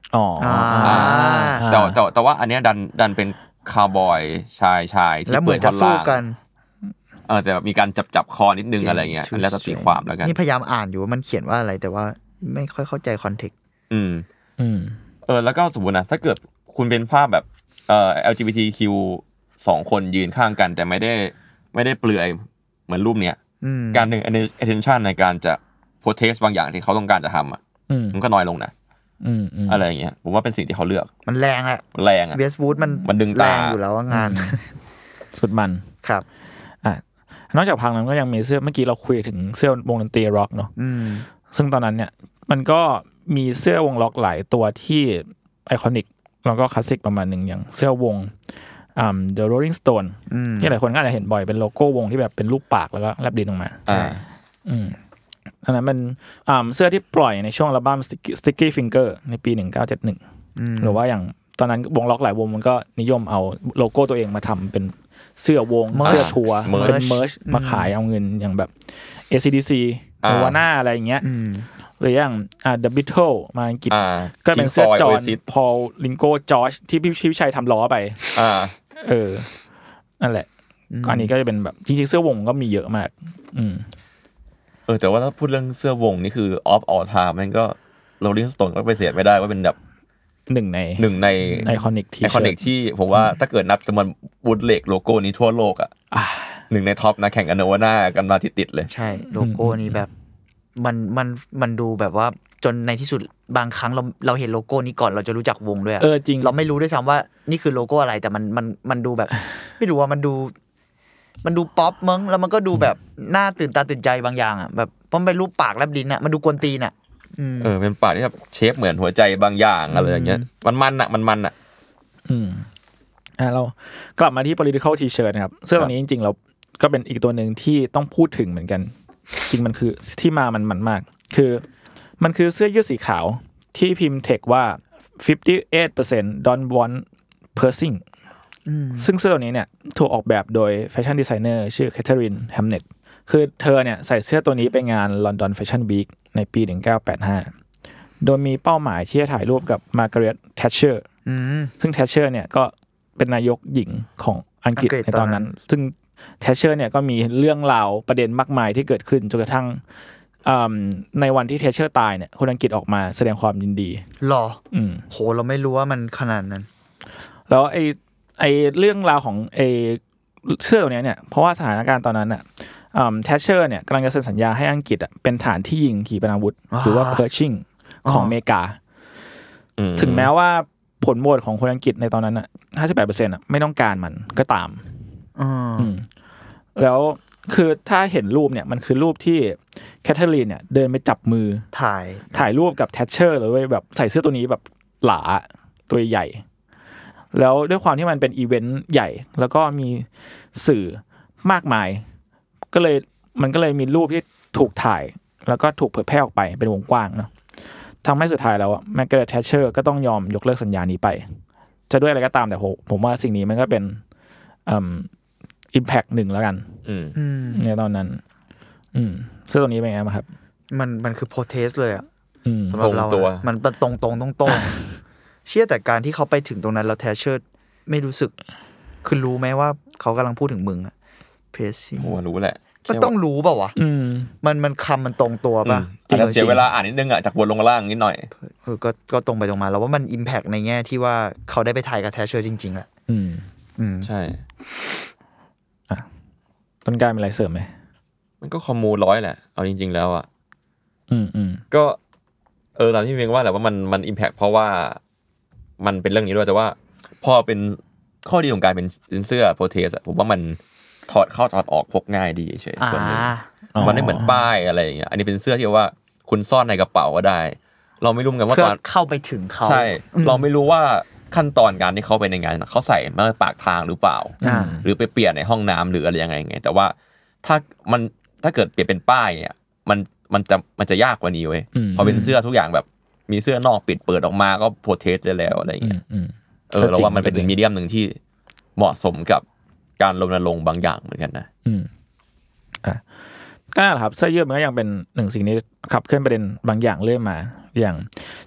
Speaker 3: อ๋อ
Speaker 4: แต่แต่แต่ว่าอันเนี้ยดันดันเป็นคาวบอยชายชายที่เปิดท่อนล่างเออแต่มีการจับจับคอนิดนึงอะไรเงี้ยแล้วแต่ตีความแล้วกัน
Speaker 5: นี่พยายามอ่านอยู่ว่ามันเขียนว่าอะไรแต่ว่าไม่ค่อยเข้าใจคอนเทกต์
Speaker 4: อืมอืมเออแล้วก็สมมุตินะถ้าเกิดคุณเป็นภาพแบบเอ่อ แอล จี บี ที คิว สองคนยืนข้างกันแต่ไม่ได้ไม่ได้เปลือยเหมือนรูปเนี้ยการดึง attention ในการจะ protest บางอย่างที่เขาต้องการจะทำอ่ะมันก็น้อยลงนะอะไรอย่างเงี้ยผมว่าเป็นสิ่งที่เขาเลือก
Speaker 5: มันแรงอ่ะ
Speaker 4: มันแรงอ่ะ
Speaker 5: เวสต์วูดมัน
Speaker 4: มันดึงตา
Speaker 5: แรงอยู่แล้วงาน
Speaker 3: สุดมัน
Speaker 5: ครับ
Speaker 3: อ่ะนอกจากพังนั้นก็ยังมีเสื้อเมื่อกี้เราคุยถึงเสื้อวงดนตรีร็อกเนาะซึ่งตอนนั้นเนี่ยมันก็มีเสื้อวงล็อกหลายตัวที่ไอคอนิกแล้วก็คลาสสิกประมาณนึงอย่างเสื้อวงอ่า The Rolling Stone ที่หลายคนก็อาจจะเห็นบ่อยเป็นโลโก้วงที่แบบเป็นรูปปากแล้วก็แลบลิ้นออกมา
Speaker 4: อ่า
Speaker 3: อืมอันนั้นมันอ่าเสื้อที่ปล่อยในช่วงอัลบั้ม Sticky Finger ในปีหนึ่งเก้าเจ็ดหนึ่งหรือว่าอย่างตอนนั้นวงล็อกหลายวงมันก็นิยมเอาโลโก้ตัวเองมาทำเป็นเสื้อวงเสื้อทัวร์เป็นเมอร์ชมาขายเอาเงินอย่างแบบ เอ ซี ดี ซี Nirvana อะไรอย่างเงี้ยหรืออย่างอ่า The Beatles มาอังกฤษก็เป็นเสื้อจอห์นพอลลิงโก้จอร์จที่พี่ชิวชัยทำล้อไป
Speaker 4: อ่า
Speaker 3: เออนั่นแหละก็อันนี้ก็จะเป็นแบบจริงๆเสื้อวงก็มีเยอะมากอืม
Speaker 4: เออแต่ว่าถ้าพูดเรื่องเสื้อวงนี่คือ of all time มันก็ Rolling Stone ก็ไปเสียไม่ได้ว่าเป็นแบบ
Speaker 3: หนึ่งใน
Speaker 4: หนึ่งใน
Speaker 3: ไอคอนิกที่
Speaker 4: ไอคอนิกที่ผมว่าถ้าเกิดนับจำนวนบูทเล็กโลโก้นี้ทั่วโลกอ่ะหนึ่งในท็อปนะแข่งกันโนวาน่ากันมาติดๆเลย
Speaker 5: ใช่โลโก้นี้แบบมันมันมันดูแบบว่าจนในที่สุดบางครั้งเราเราเห็นโลโก้นี้ก่อนเราจะรู้จักวงด้วยอ่ะ
Speaker 3: เออจริง
Speaker 5: เราไม่รู้ด้วยซ้ำว่านี่คือโลโก้อะไรแต่มันมันมันดูแบบไม่รู้ว่ามันดูมันดูป๊อปมั้งแล้วมันก็ดูแบบน่าตื่นตาตื่นใจบางอย่างอ่ะแบบเพราะมันเป็นรูปปากแลบลิ้นอ่ะมันดูกวนตีนอ่ะ
Speaker 4: เออเป็นปากที่แบบเชฟเหมือนหัวใจบางอย่างอะไรอย่างเงี้ยมันมันอ่ะมันมันอ่ะ
Speaker 3: อืมอ่ะเรากลับมาที่ political t-shirt นะครับเสื้อตัวนี้จริงๆเราก็เป็นอีกตัวนึงที่ต้องพูดถึงเหมือนกันจริงมันคือที่มามันมันมากคือมันคือเสื้อยืดสีขาวที่พิมพ์เทคว่า fifty-eight percent don't want piercing ซึ่งเสื้อตัวนี้เนี่ยถูกออกแบบโดยแฟชั่นดีไซเนอร์ชื่อแคทเธอรีนแฮมเน็ตคือเธอเนี่ยใส่เสื้อตัวนี้ไปงาน London Fashion Week ในปีหนึ่งเก้าแปดห้าโดยมีเป้าหมายที่จะถ่ายรูปกับมาร์การ์เร็ตแทชเชอร์ซึ่งแทชเชอร์เนี่ยก็เป็นนายกหญิงของอังกฤษในตอนนั้นซึ่งแทชเชอร์เนี่ยก็มีเรื่องราวประเด็นมากมายที่เกิดขึ้นจนกระทั่งในวันที่แทชเชอร์ตายเนี่ยคนอังกฤษออกมาแสดงความยินดี
Speaker 5: หรออืมโหเราไม่รู้ว่ามันขนาดนั้น
Speaker 3: แล้วไอ้ไอ้เรื่องราวของไอ้เสื้อตัวนี้เนี่ยเพราะว่าสถานการณ์ตอนนั้นน่ะแทชเชอร์เนี่ยกำลังจะเซ็นสัญญาให้อังกฤษอ่ะเป็นฐานที่ยิงขีปนาวุธหรือว่า Pershing ของอเมริกาถึงแม้ว่าผลโหวตของคนอังกฤษในตอนนั้นอ่ะ ห้าสิบแปดเปอร์เซ็นต์ อ่ะไม่ต้องการมันก็ตามอืมแล้วคือถ้าเห็นรูปเนี่ยมันคือรูปที่แคทเธอรีนเนี่ยเดินไปจับมือ
Speaker 5: ถ่าย
Speaker 3: ถ่ายรูปกับแทชเชอร์เลยแบบใส่เสื้อตัวนี้แบบหลาตัวใหญ่แล้วด้วยความที่มันเป็นอีเวนต์ใหญ่แล้วก็มีสื่อมากมายก็เลยมันก็เลยมีรูปที่ถูกถ่ายแล้วก็ถูกเผยแพร่ออกไปเป็นวงกว้างเนาะทำให้สุดท้ายแล้วแมร์การ์เร็ต แทชเชอร์ก็ต้องยอมยกเลิกสัญญานี้ไปจะด้วยอะไรก็ตามแต่ผมว่าสิ่งนี้มันก็เป็นอืม impact หนึ่งแล้วกันในตอนนั้นอืมเสื้อตัวนี้เป็นไงบ้างครับ
Speaker 5: มันมันคือ protest เลยอ่ะสำหรับเรามันตรงตรงตรงตรงเชื่อแต่การที่เขาไปถึงตรงนั้นแล้วแทชเชอร์ไม่รู้สึกคือรู้ไหมว่าเขากำลังพูดถึงมึงอะเพรสซิ่ง
Speaker 4: โอ้รู้แหละ
Speaker 5: มันต้องรู้เปล่าวะมันมันคำมันตรงตัวป่ะ
Speaker 4: แต่เสียเวลาอ่านนิดนึงอะจากบนลงล่างนิดหน่อย
Speaker 5: เออก็ก็ตรงไปตรงมาแล้วว่ามันอิมแพคในแง่ที่ว่าเขาได้ไปถ่ายกับแทชเชอร์จริงๆแหละ
Speaker 3: อืม
Speaker 4: อืมใช่
Speaker 3: อ่ะต้นกล้ามีอะไรเสริมไหม
Speaker 4: มันก็คอมมูร้อยแหละเอาจริงๆแล้วอะ
Speaker 3: อืมอืม
Speaker 4: ก็เออตามที่เพียงว่าแหละว่ามันมันอิมแพคเพราะว่ามันเป็นเรื่องนี้ด้วยแต่ว่าพอเป็นข้อดีของการเป็นเสื้อโปรเทสผมว่ามันถอดเข้าถอดออกพกง่ายดีเฉยๆส่วนนึงมันไม่เหมือนป้ายอะไรอย่างเงี้ยอันนี้เป็นเสื้อที่ว่าคุณซ่อนในกระเป๋าก็ได้เราไม่รู้กันว่าตอน
Speaker 5: เข้าไปถึงเขา
Speaker 4: ใช่เราไม่รู้ว่าขั้นตอนการที่เขาไปในงานเขาใส่มาปากทางหรือเปล่าหรือไปเปลี่ยนในห้องน้ำหรืออะไรยังไงไงแต่ว่าถ้ามันถ้าเกิดเปลี่ยนเป็นป้ายเนี่ยมันมันจะมันจะยากกว่านี้เว้ยพอเป็นเสื้อทุกอย่างแบบมีเสื้อนอกปิดเปิดออกมาก็โปรเทสได้แล้วอะไรเงี้ยเออเราว่ามันเป็นมีเดียมนึงที่เหมาะสมกับการรณรงค์บางอย่างเหมือนกันนะ
Speaker 3: อืมอ่ะก็ครับเสื้อยืดมันก็ยังเป็นหนึ่งสิ่งนี้ขับเคลื่อนประเด็นบางอย่างเรื่อยมาอย่างจ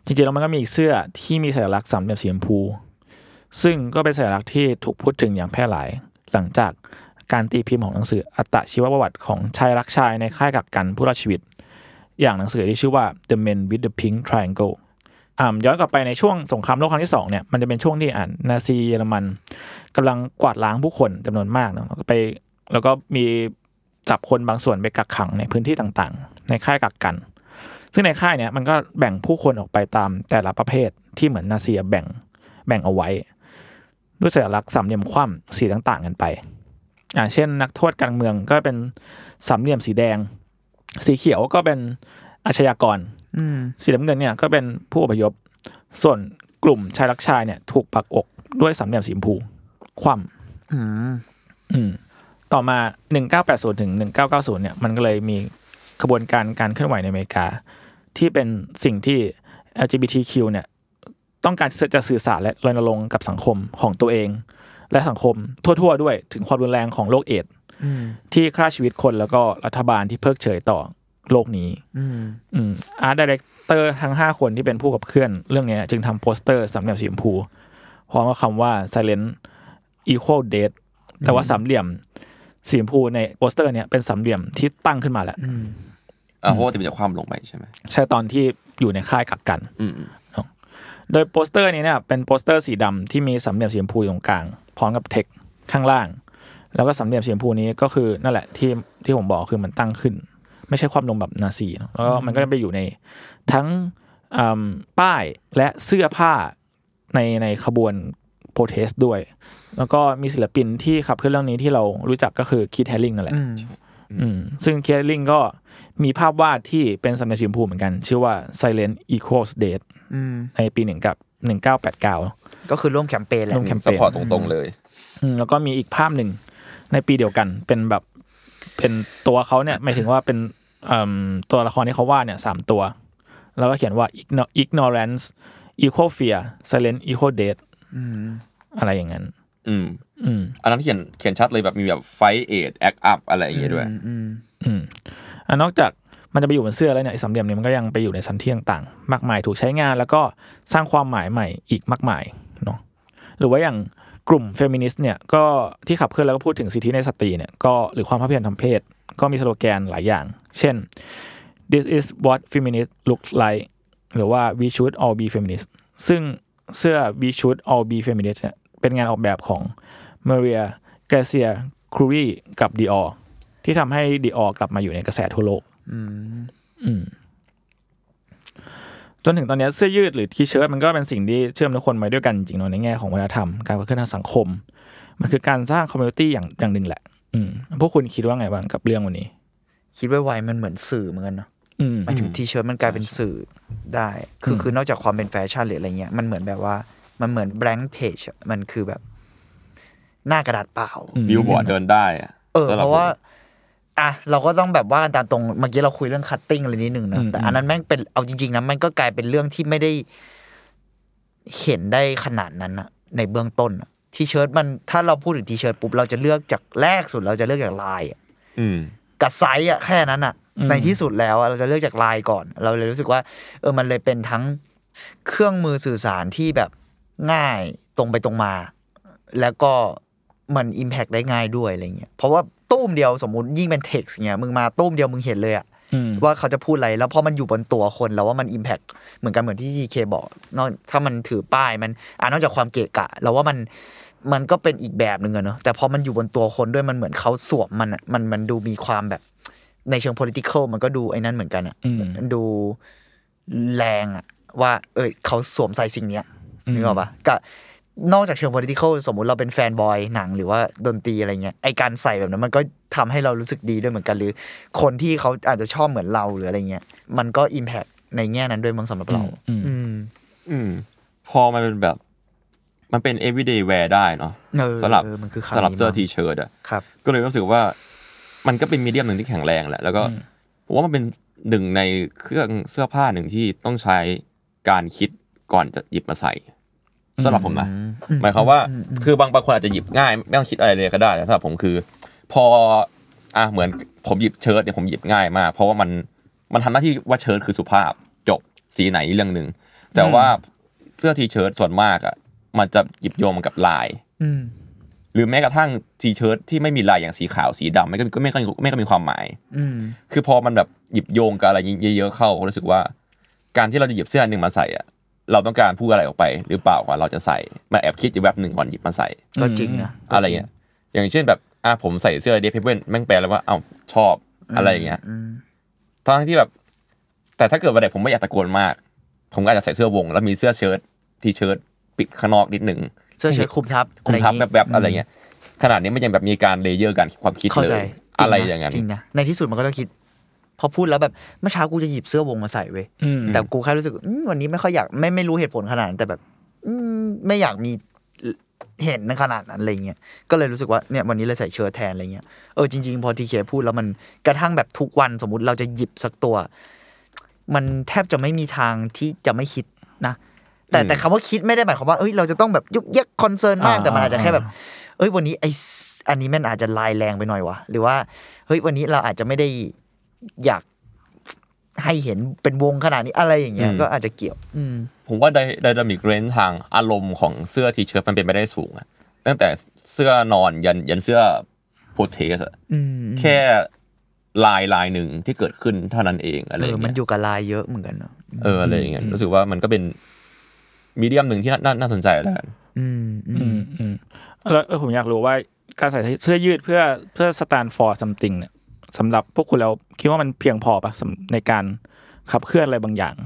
Speaker 3: จริงๆแล้วมันก็มีอีกเสื้อที่มีสัญลักษณ์สามเหลี่ยมสีชมพูซึ่งก็เป็นสัญลักษณ์ที่ถูกพูดถึงอย่างแพร่หลายหลังจากการตีพิมพ์ของหนังสืออัตชีวประวัติของชายรักชายในค่ายกักกันผู้รอดชีวิตอย่างหนังสือที่ชื่อว่า The Men with the Pink Triangle อ่าย้อนกลับไปในช่วงสงครามโลกครั้งที่สองเนี่ยมันจะเป็นช่วงที่อ่านนาซีเยอรมันกำลังกวาดล้างผู้คนจำนวนมากเนาะแล้วก็ไปแล้วก็มีจับคนบางส่วนไปกักขังในพื้นที่ต่างๆในค่ายกักกันซึ่งในค่ายเนี่ยมันก็แบ่งผู้คนออกไปตามแต่ละประเภทที่เหมือนนาซีแบ่งแบ่งเอาไว้ด้วยสัญลักษณ์สามเหลี่ยมคว่ำสีต่างๆกันไปอ่าเช่นนักโทษการเมืองก็เป็นสามเหลี่ยมสีแดงสีเขียวก็เป็นอาชญากรสีน้ำเงินเนี่ยก็เป็นผู้อพยพส่วนกลุ่มชายรักชายเนี่ยถูกปักอกด้วยสามเหลี่ยมสีชมพูคว่ำอืมอืมต่อมาหนึ่งเก้าแปดศูนย์ถึงหนึ่งเก้าเก้าศูนย์เนี่ยมันก็เลยมีกระบวนการการเคลื่อนไหวในอเมริกาที่เป็นสิ่งที่ แอล จี บี ที คิว เนี่ยต้องการจะสื่อสารและรณรงค์กับสังคมของตัวเองและสังคมทั่วๆด้วยถึงความรุนแรงของโรคเอดส์ที่ฆ่าชีวิตคนแล้วก็รัฐบาลที่เพิกเฉยต่อโลกนี้อืมอาร์ตไดเรคเตอร์ทั้งห้าคนที่เป็นผู้ขับเคลื่อนเรื่องนี้จึงทำโปสเตอร์สามเหลี่ยมสีชมพูพร้อมกับคำว่า Silent Equal Death แต่ว่าสามเหลี่ยมสีชมพูในโปสเตอร์เนี่ยเป็นสามเหลี่ยมที่ตั้งขึ้นมาแล้ว
Speaker 4: อ่าเพราะว่าจะมีความลงไปใช่ไหม
Speaker 3: ใช่ตอนที่อยู่ในค่ายกักกันโดยโปสเตอร์นี้เนี่ยเป็นโปสเตอร์สีดำที่มีสามเหลี่ยมสีชมพูตรงกลางพร้อมกับเท็กซ์ข้างล่างแล้วก็สามเหลี่ยมสีชมพูนี้ก็คือนั่นแหละที่ที่ผมบอกคือมันตั้งขึ้นไม่ใช่ความลงแบบนาซีแล้วก็มันก็จะไปอยู่ในทั้งป้ายและเสื้อผ้าในในขบวนโปรเทสต์ด้วยแล้วก็มีศิลปินที่ขับเคลื่อนเรื่องนี้ที่เรารู้จักก็คือคีธ แฮร์ริงนั่นแหละอืมซึ่งคีธ แฮร์ริงก็มีภาพวาดที่เป็นสามเหลี่ยมสีชมพูเหมือนกันชื่อว่า Silent Equals Death ในปีหนึ่งกับหนึ่งเก้าแปดเก้า
Speaker 5: ก็คือร่วมแคมเปญแหละ
Speaker 3: ร่วมแคมเปญ
Speaker 4: ซัพพอร์ตตรงๆเลย
Speaker 3: อืมแล้วก็มีอีกภาพหนึ่งในปีเดียวกันเป็นแบบเป็นตัวเขาเนี่ยหมายถึงว่าเป็นเอ่อตัวละครที่เขาวาดเนี่ยสามตัวแล้วก็เขียนว่า ignorance equal fear silent equal death อืมอะไรอย่างนั้น
Speaker 4: อืมอืมอันนั้นเขียนเขียนชัดเลยแบบมีแบบ fight aid act up อะไรอย่างเงี้ยด้วย
Speaker 3: อืมอืมอ่ะนอกจากมันจะไปอยู่บนเสื้อแล้วเนี่ยไอ้สามเหลี่ยมนี้มันก็ยังไปอยู่ในสันที่ต่างๆมากมายถูกใช้งานแล้วก็สร้างความหมายใหม่อีกมากมายเนาะหรือว่าอย่างกลุ่มเฟมินิสต์เนี่ยก็ที่ขับเคลื่อนแล้วก็พูดถึงสิทธิในสตรีเนี่ยก็หรือความเท่าเทียมทางเพศก็มีสโลแกนหลายอย่างเช่น this is what feminists look like หรือว่า we should all be feminists ซึ่งเสื้อ we should all be feminists เนี่ยเป็นงานออกแบบของ Maria Grazia Chiuri กับ Dior ที่ทำให้ Dior กลับมาอยู่ในกระแสทั่วโลกอืมอืมจนถึงตอนนี้เสื้อยืดหรือทีเชิ้ตมันก็เป็นสิ่งที่เชื่อมทุกคนไว้ด้วยกันจริงๆเนาะในแง่ของวัฒนธรรมการขับเคลื่อนทางสังคมมันคือการสร้างคอมมูนิตี้อย่างอย่างหนึ่งแหละอืมพวกคุณคิดว่าไงบ้างกับเรื่องวันนี้
Speaker 5: คิดว่าไวมันเหมือนสื่อเหมือนกันเนาะหมายถึงทีเชิ้ตมันกลายเป็นสื่อได้คือคือนอกจากความเป็นแฟชั่นหรืออะไรเงี้ยมันเหมือนแบบว่ามันเหมือน blank page มันคือแบบหน้ากระดาษเปล่า
Speaker 4: บิลบอร์ดเดินได้อะ
Speaker 5: เออเพราะว่าอ่ะเราก็ต้องแบบว่ากันตามตรงเมื่อกี้เราคุยเรื่องคัตติ้งอะไรนิดนึงนะแต่อันนั้นแม่งเป็นเอาจริงๆนะมันก็กลายเป็นเรื่องที่ไม่ได้เห็นได้ขนาดนั้นนะในเบื้องต้นทีเชิ้ตมันถ้าเราพูดถึงทีเชิ้ตปุ๊บเราจะเลือกจากแรกสุดเราจะเลือกจากลายอ่ะกับไซส์อ่ะแค่นั้นอ่ะในที่สุดแล้วเราจะเลือกจากลายก่อนเราเลยรู้สึกว่าเออมันเลยเป็นทั้งเครื่องมือสื่อสารที่แบบง่ายตรงไปตรงมาแล้วก็มัน impact ได้ง่ายด้วยอะไรเงี้ยเพราะว่าตุ้มเดียวสมมุติยิ่งเป็น text เงี้ยมึงมาตุ้มเดียวมึงเห็นเลยอะว่าเขาจะพูดอะไรแล้วพอมันอยู่บนตัวคนแล้วว่ามัน impact เหมือนกันเหมือนที่ ที เค บอกนอกถ้ามันถือป้ายมันอ่านอกจากความเกะกะแล้วว่ามันมันก็เป็นอีกแบบนึงอะเนาะแต่พอมันอยู่บนตัวคนด้วยมันเหมือนเขาสวมมันมันมันดูมีความแบบในเชิง political มันก็ดูไอ้นั่นเหมือนกันอะมันดูแรงอะว่าเอ้ยเขาสวมใส่สิ่งเนี้ยนึกออกปะก็นอกจากเชิง political สมมุติเราเป็นแฟนบอยหนังหรือว่าดนตรีอะไรเงี้ยไอการใส่แบบนั้นมันก็ทำให้เรารู้สึกดีด้วยเหมือนกันหรือคนที่เขาอาจจะชอบเหมือนเราหรืออะไรเงี้ยมันก็ impact ในแง่นั้นด้วยมั้งสำหรับเราอืม
Speaker 4: อืมพอมันเป็นแบบมันเป็น everyday wear ได้เนาะสำหรับสำหรับเสื้อทีเชิ้ตอ่ะก็เลยรู้สึกว่ามันก็เป็นมีเดียมนึงที่แข็งแรงแหละแล้วก็ผมว่ามันเป็นหนึ่งในเครื่องเสื้อผ้าหนึ่งที่ต้องใช้การคิดก่อนจะหยิบมาใส่สำหรับผมนะหมายความว่าคือบางบางคนอาจจะหยิบง่ายไม่ต้องคิดอะไรเลยก็ได้แต่สำหรับผมคือพออ่ะเหมือนผมหยิบเชิ้ตเนี่ยผมหยิบง่ายมากเพราะว่ามันมันทำหน้าที่ว่าเชิ้ตคือสุภาพจบสีไหนเรื่องนึงแต่ว่าเสื้อทีเชิ้ตส่วนมากอ่ะมันจะหยิบโยงมันกับลายหรือแม้กระทั่งทีเชิ้ตที่ไม่มีลายอย่างสีขาวสีดำไม่ก็ไม่ก็ไม่ก็มีความหมายคือพอมันแบบหยิบโยงกับอะไรเยอะๆเข้ารู้สึกว่าการที่เราจะหยิบเสื้อนึงมาใส่อ่ะเราต้องการพูดอะไรออกไปหรือเปล่าก่อนเราจะใส่มาแอบคิดอยู่แบบนึงก่อนหยิบมาใส่
Speaker 5: ก็จริงนะ
Speaker 4: อะไรเงี้ยอย่างเช่นแบบอ่ะผมใส่เสื้อเดฟเพเว่นแม่งแปลแล้วว่าเอ้าชอบอะไรอย่างเงี้ยทั้งที่แบบแต่ถ้าเกิดวันไหนผมไม่อยากตะโกนมากผมก็อาจจะใส่เสื้อวงแล้วมีเสื้อเชิ้ตทีเชิ้ตปิดข้างนอกนิดนึง
Speaker 5: เสื้อเชิ้ตคลุมทับ
Speaker 4: คลุมทับแบบๆอะไรเงี้ยขนาดนี้มันยังแบบมีการเลเยอร์กันความคิดเลยอะไรอย่างนั้น
Speaker 5: จริงนะในที่สุดมันก็ต้องคิดพอพูดแล้วแบบเมื่อเช้ากูจะหยิบเสื้อวงมาใส่เว้ยแต่กูแค่รู้สึกวันนี้ไม่ค่อยอยากไม่ไม่รู้เหตุผลขนาดนั้นแต่แบบไม่อยากมีเห็นในขนาดนั้นอะไรเงี้ยก็เลยรู้สึกว่าเนี่ยวันนี้เลยใส่เชิ้ตแทนอะไรเงี้ยเออจริงๆพอทีเคพูดแล้วมันกระทั่งแบบทุกวันสมมุติเราจะหยิบสักตัวมันแทบจะไม่มีทางที่จะไม่คิดนะแต่แต่คำว่าคิดไม่ได้หมายความว่าเอ้ยเราจะต้องแบบยุกยักคอนเซิร์นมากแต่มันอาจจะแค่แบบเอ้ยวันนี้ไออันนี้มันอาจจะลายแรงไปหน่อยวะหรือว่าเฮ้ยวันนี้เราอาจจะไม่ได้อยากให้เห็นเป็นวงขนาดนี้อะไรอย่างเงี้ยก็อาจจะเกี่ยว
Speaker 4: ผมว่าไดไดนามิกเรนจ์ทางอารมณ์ของเสื้อทีเชิ้ตมันเป็นไปได้สูงอะตั้งแต่เสื้อนอนยันยันเสื้อโพเทสอะแค่ลายลายหนึ่งที่เกิดขึ้นเท่านั้นเองอะไรอย่างเงี้ย
Speaker 5: มันอยู่กับลายเยอะเหมือนกันเนาะ
Speaker 4: เอออะไรอย่างเงี้ยรู้สึกว่ามันก็เป็นมีเดียมหนึ่งที่น่าน่าสนใจแล้วกัน
Speaker 3: อืมอืมอืมแล้วเออผมอยากรู้ว่าการใส่เสื้อยืดเพื่อเพื่อ stand for something เนี่ยสำหรับพวกคุณแล้วคิดว่ามันเพียงพอป่ะในการขับเคลื่อนอะไรบางอย่าง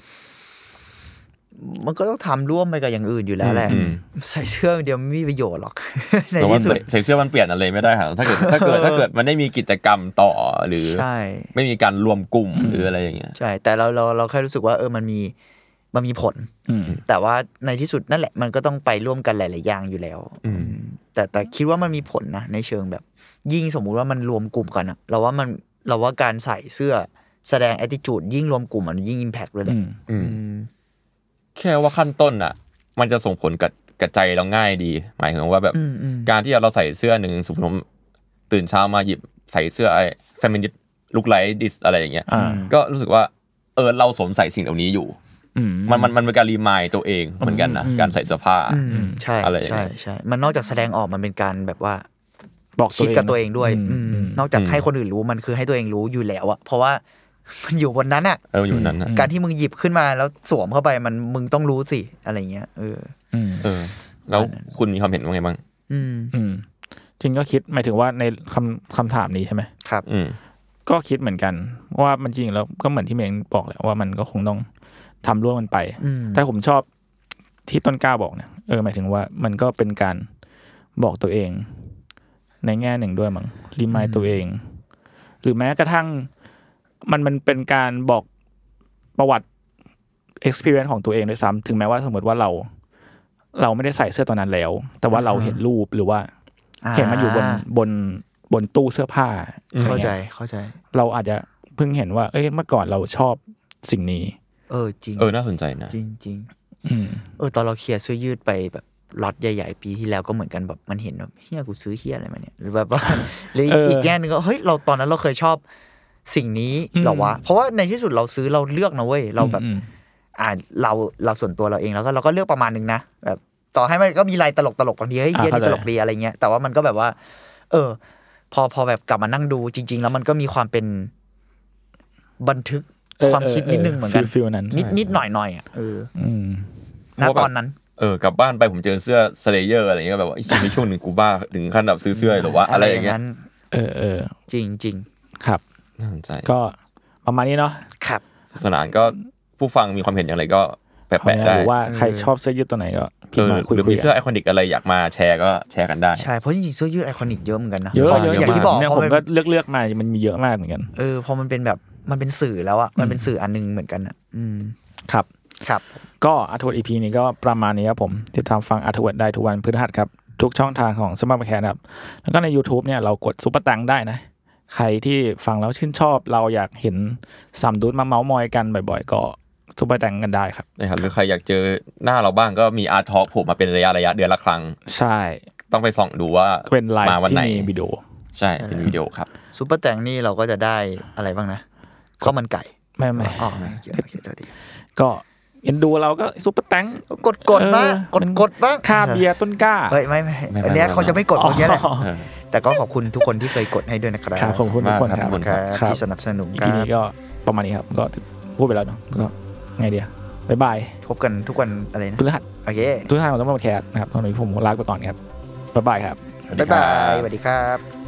Speaker 5: มันก็ต้องทำร่วมไปกับอย่างอื่นอยู่แล้วแหละใส่เสื้อเดียวไม่มีประโยชน์หรอกในที่สุด
Speaker 4: ใส่เสื้อมันเปลี่ยนอะไรไม่ได้ค่ะถ้าเกิดถ้าเกิดถ้าเกิดมันได้มีกิจกรรมต่อหรือไม่มีการรวมกลุ่มหรืออะไรอย่างเงี้ย
Speaker 5: ใช่แต่เราเราเราแค่รู้สึกว่าเออมันมีมันมีผลแต่ว่าในที่สุดนั่นแหละมันก็ต้องไปร่วมกันหลายๆอย่างอยู่แล้วแต่แต่คิดว่ามันมีผลนะในเชิงแบบยิ่งสมมุติว่ามันรวมกลุ่มกันอะเราว่ามันเราว่าการใส่เสื้อแสดง attitude ยิ่งรวมกลุ่มมันยิ่ง impact ด้วยแหละ
Speaker 4: แค่ว่าขั้นต้นอ่ะมันจะส่งผลกับกับใจเราง่ายดีหมายถึงว่าแบบการที่เราใส่เสื้อหนึ่งสมมติผมตื่นเช้ามาหยิบใส่เสื้อไอ้ feminist look like this อะไรอย่างเงี้ยก็รู้สึกว่าเออเราสวมใส่สิ่งเหล่านี้อยู่มันมันมันเป็นการรีมายตัวเองเหมือนกันนะการใส่เสื้อผ้า
Speaker 5: ใช่ใช่ใช่มันนอกจากแสดงออกมันเป็นการแบบว่าบอกคิดกับตัวเองด้วยนอกจากให้คนอื่นรู้มันคือให้ตัวเองรู้อยู่แล้วอะเพราะว่ามันอยู่บนนั้นอ่ะ
Speaker 4: เอออยู่นั้นนะ
Speaker 5: การที่มึงหยิบขึ้นมาแล้วสวมเข้าไปมันมึงต้องรู้สิอะไรเงี้ยเออ
Speaker 4: เออแล้วคุณมีความเห็นว่าไงบ้าง
Speaker 3: อืมอืมจริงก็คิดหมายถึงว่าในคำคำถามนี้ใช่ไหม
Speaker 5: ครับ
Speaker 3: อืมก็คิดเหมือนกันว่ามันจริงแล้วก็เหมือนที่เมงบอกแหละว่ามันก็คงต้องทำร่วมกันไปแต่ผมชอบที่ต้นกล้าบอกเนี่ยเออหมายถึงว่ามันก็เป็นการบอกตัวเองในแง่หนึ่งด้วยมั้งรีมายตัวเองหรือแม้กระทั่งมันมันเป็นการบอกประวัติ experience ของตัวเองด้วยซ้ำถึงแม้ว่าสมมติว่าเราเราไม่ได้ใส่เสื้อตัวนั้นแล้วแต่ว่าเราเห็นรูปหรือว่าเห็นมันอยู่บนบนบนตู้เสื้อผ้า
Speaker 5: เข้าใจเข้าใจ
Speaker 3: เราอาจจะเพิ่งเห็นว่าเอ้ยเมื่อก่อนเราชอบสิ่งนี้
Speaker 5: เออจริง
Speaker 4: เออน่าสนใจนะ
Speaker 5: จริงจริงเออตอนเราเคลียร์เสื้อยืดไปแบบล็อตใหญ่ๆปีที่แล้วก็เหมือนกันแบบมันเห็นแบบเฮียกูซื้อเฮียอะไรมาเนี่ยหรือแบบว่าหรืออีกแง่นึงก็เฮ้ยเราตอนนั้นเราเคยชอบสิ่งนี้หรอวะเพราะว่าในที่สุดเราซื้อเราเลือกนะเว้ยเราแบบอ่าเราเราส่วนตัวเราเองแล้วก็เราก็เลือกประมาณนึงนะแบบต่อให้มันก็มีลายตลกตลกบางทีเฮ้ยเฮียนี่ตลกดีอะไรเงี้ยแต่ว่ามันก็แบบว่าเออพอพอแบบกลับมานั่งดูจริงๆแล้วมันก็มีความเป็นบันทึกความคิดนิดนึงเหมือนกันนิดนิดหน่อยหน่อยอ่ะเออณตอนนั้น
Speaker 4: เออกลับบ้านไปผมเจอเสื้อสเลเยอร์อะไรเงี้ยแบบว่าในช่วงหนึ่งกูบ้าถึงขั้นแบบซื้อเสื้อหรือว่าอะไรอย่างเงี้ย
Speaker 3: เออเออ
Speaker 5: จริงจริง
Speaker 3: ครับ
Speaker 4: น่าสนใจ
Speaker 3: ก็ประมาณนี้เนาะ
Speaker 5: ครับ
Speaker 4: สนานก็ผู้ฟังมีความเห็นอย่างไรก็แปะๆได้
Speaker 3: หรือว่าใครชอบเสื้อยืดตัวไหนก็
Speaker 4: พิมพ์มาคุยหรือมีเสื้อไอคอนิกอะไรอยากมาแชร์ก็แชร์กันได้
Speaker 5: ใช่เพราะจริงๆเสื้อยืดไอคอนิกเยอะเหมือนกันนะ
Speaker 3: เยอะอย่างที่บอกเนี่ยผมก็เลือกเลือกมามันมีเยอะมากเหมือนกัน
Speaker 5: เออพอมันเป็นแบบมันเป็นสื่อแล้วอ่ะมันเป็นสื่ออันนึงเหมือนกันอ่ะอืม
Speaker 3: ครับ
Speaker 5: ครับ
Speaker 3: ก็อาร์ทเวิร์ด อี พี นี้ก็ประมาณนี้ครับผมติดตามฟังอาร์ทเวิร์ดได้ทุกวันพฤหัสครับทุกช่องทางของสมาร์ทแคร์ครับแล้วก็ใน YouTube เนี่ยเรากดซุปเปอร์ตังได้นะใครที่ฟังแล้วชื่นชอบเราอยากเห็นสามดูดมาเม้ามอยกันบ่อยๆก็ซุปเปอร์ตังกันได้ครับ
Speaker 4: นะครับหรือใครอยากเจอหน้าเราบ้างก็มีอาร์ททอล์คผมมาเป็นระยะระยะเดือนละครั้ง
Speaker 3: ใช่
Speaker 4: ต้องไปส่องดูว่า
Speaker 3: เป็นไลฟ์ที่มีวิดีโอ
Speaker 4: ใช่เป็นวิดีโอครับ
Speaker 5: ซุปเปอร์ตังนี่เราก็จะได้อะไรบ้างนะข้าวมันไก่
Speaker 3: ไม่ไม่
Speaker 5: อ๋อไม่เกี่ยวโอเคตัวดี
Speaker 3: ก็เอ็นดูเราก็ซุปเปอร์แตง
Speaker 5: กดกดบ้างกดกดบ้าง
Speaker 3: ค่าเบียร์ต้นกล้า
Speaker 5: เฮ้ยไม่ไม่อันเนี้ยเขาจะไม่กดอย่างเงี้ยแหละแต่ก็ขอบคุณทุกคนที่เคยกดให้ด้วยนะครับ
Speaker 3: ขอบคุณทุกคนครับ
Speaker 5: ที่สนับสนุนครับ
Speaker 3: ทีนี้ก็ประมาณนี้ครับก็พูดไปแล้วเนาะก็ไงเดียวบ๊ายบาย
Speaker 5: พบกันทุกวันอะไรนะ
Speaker 3: พฤหัส
Speaker 5: โอเค
Speaker 3: ทุกท่านเราต้องมาแคสนะครับตอนนี้ผมลาไปก่อนครับบ๊ายบายครับ
Speaker 5: บ๊ายบายสวัสดีครับ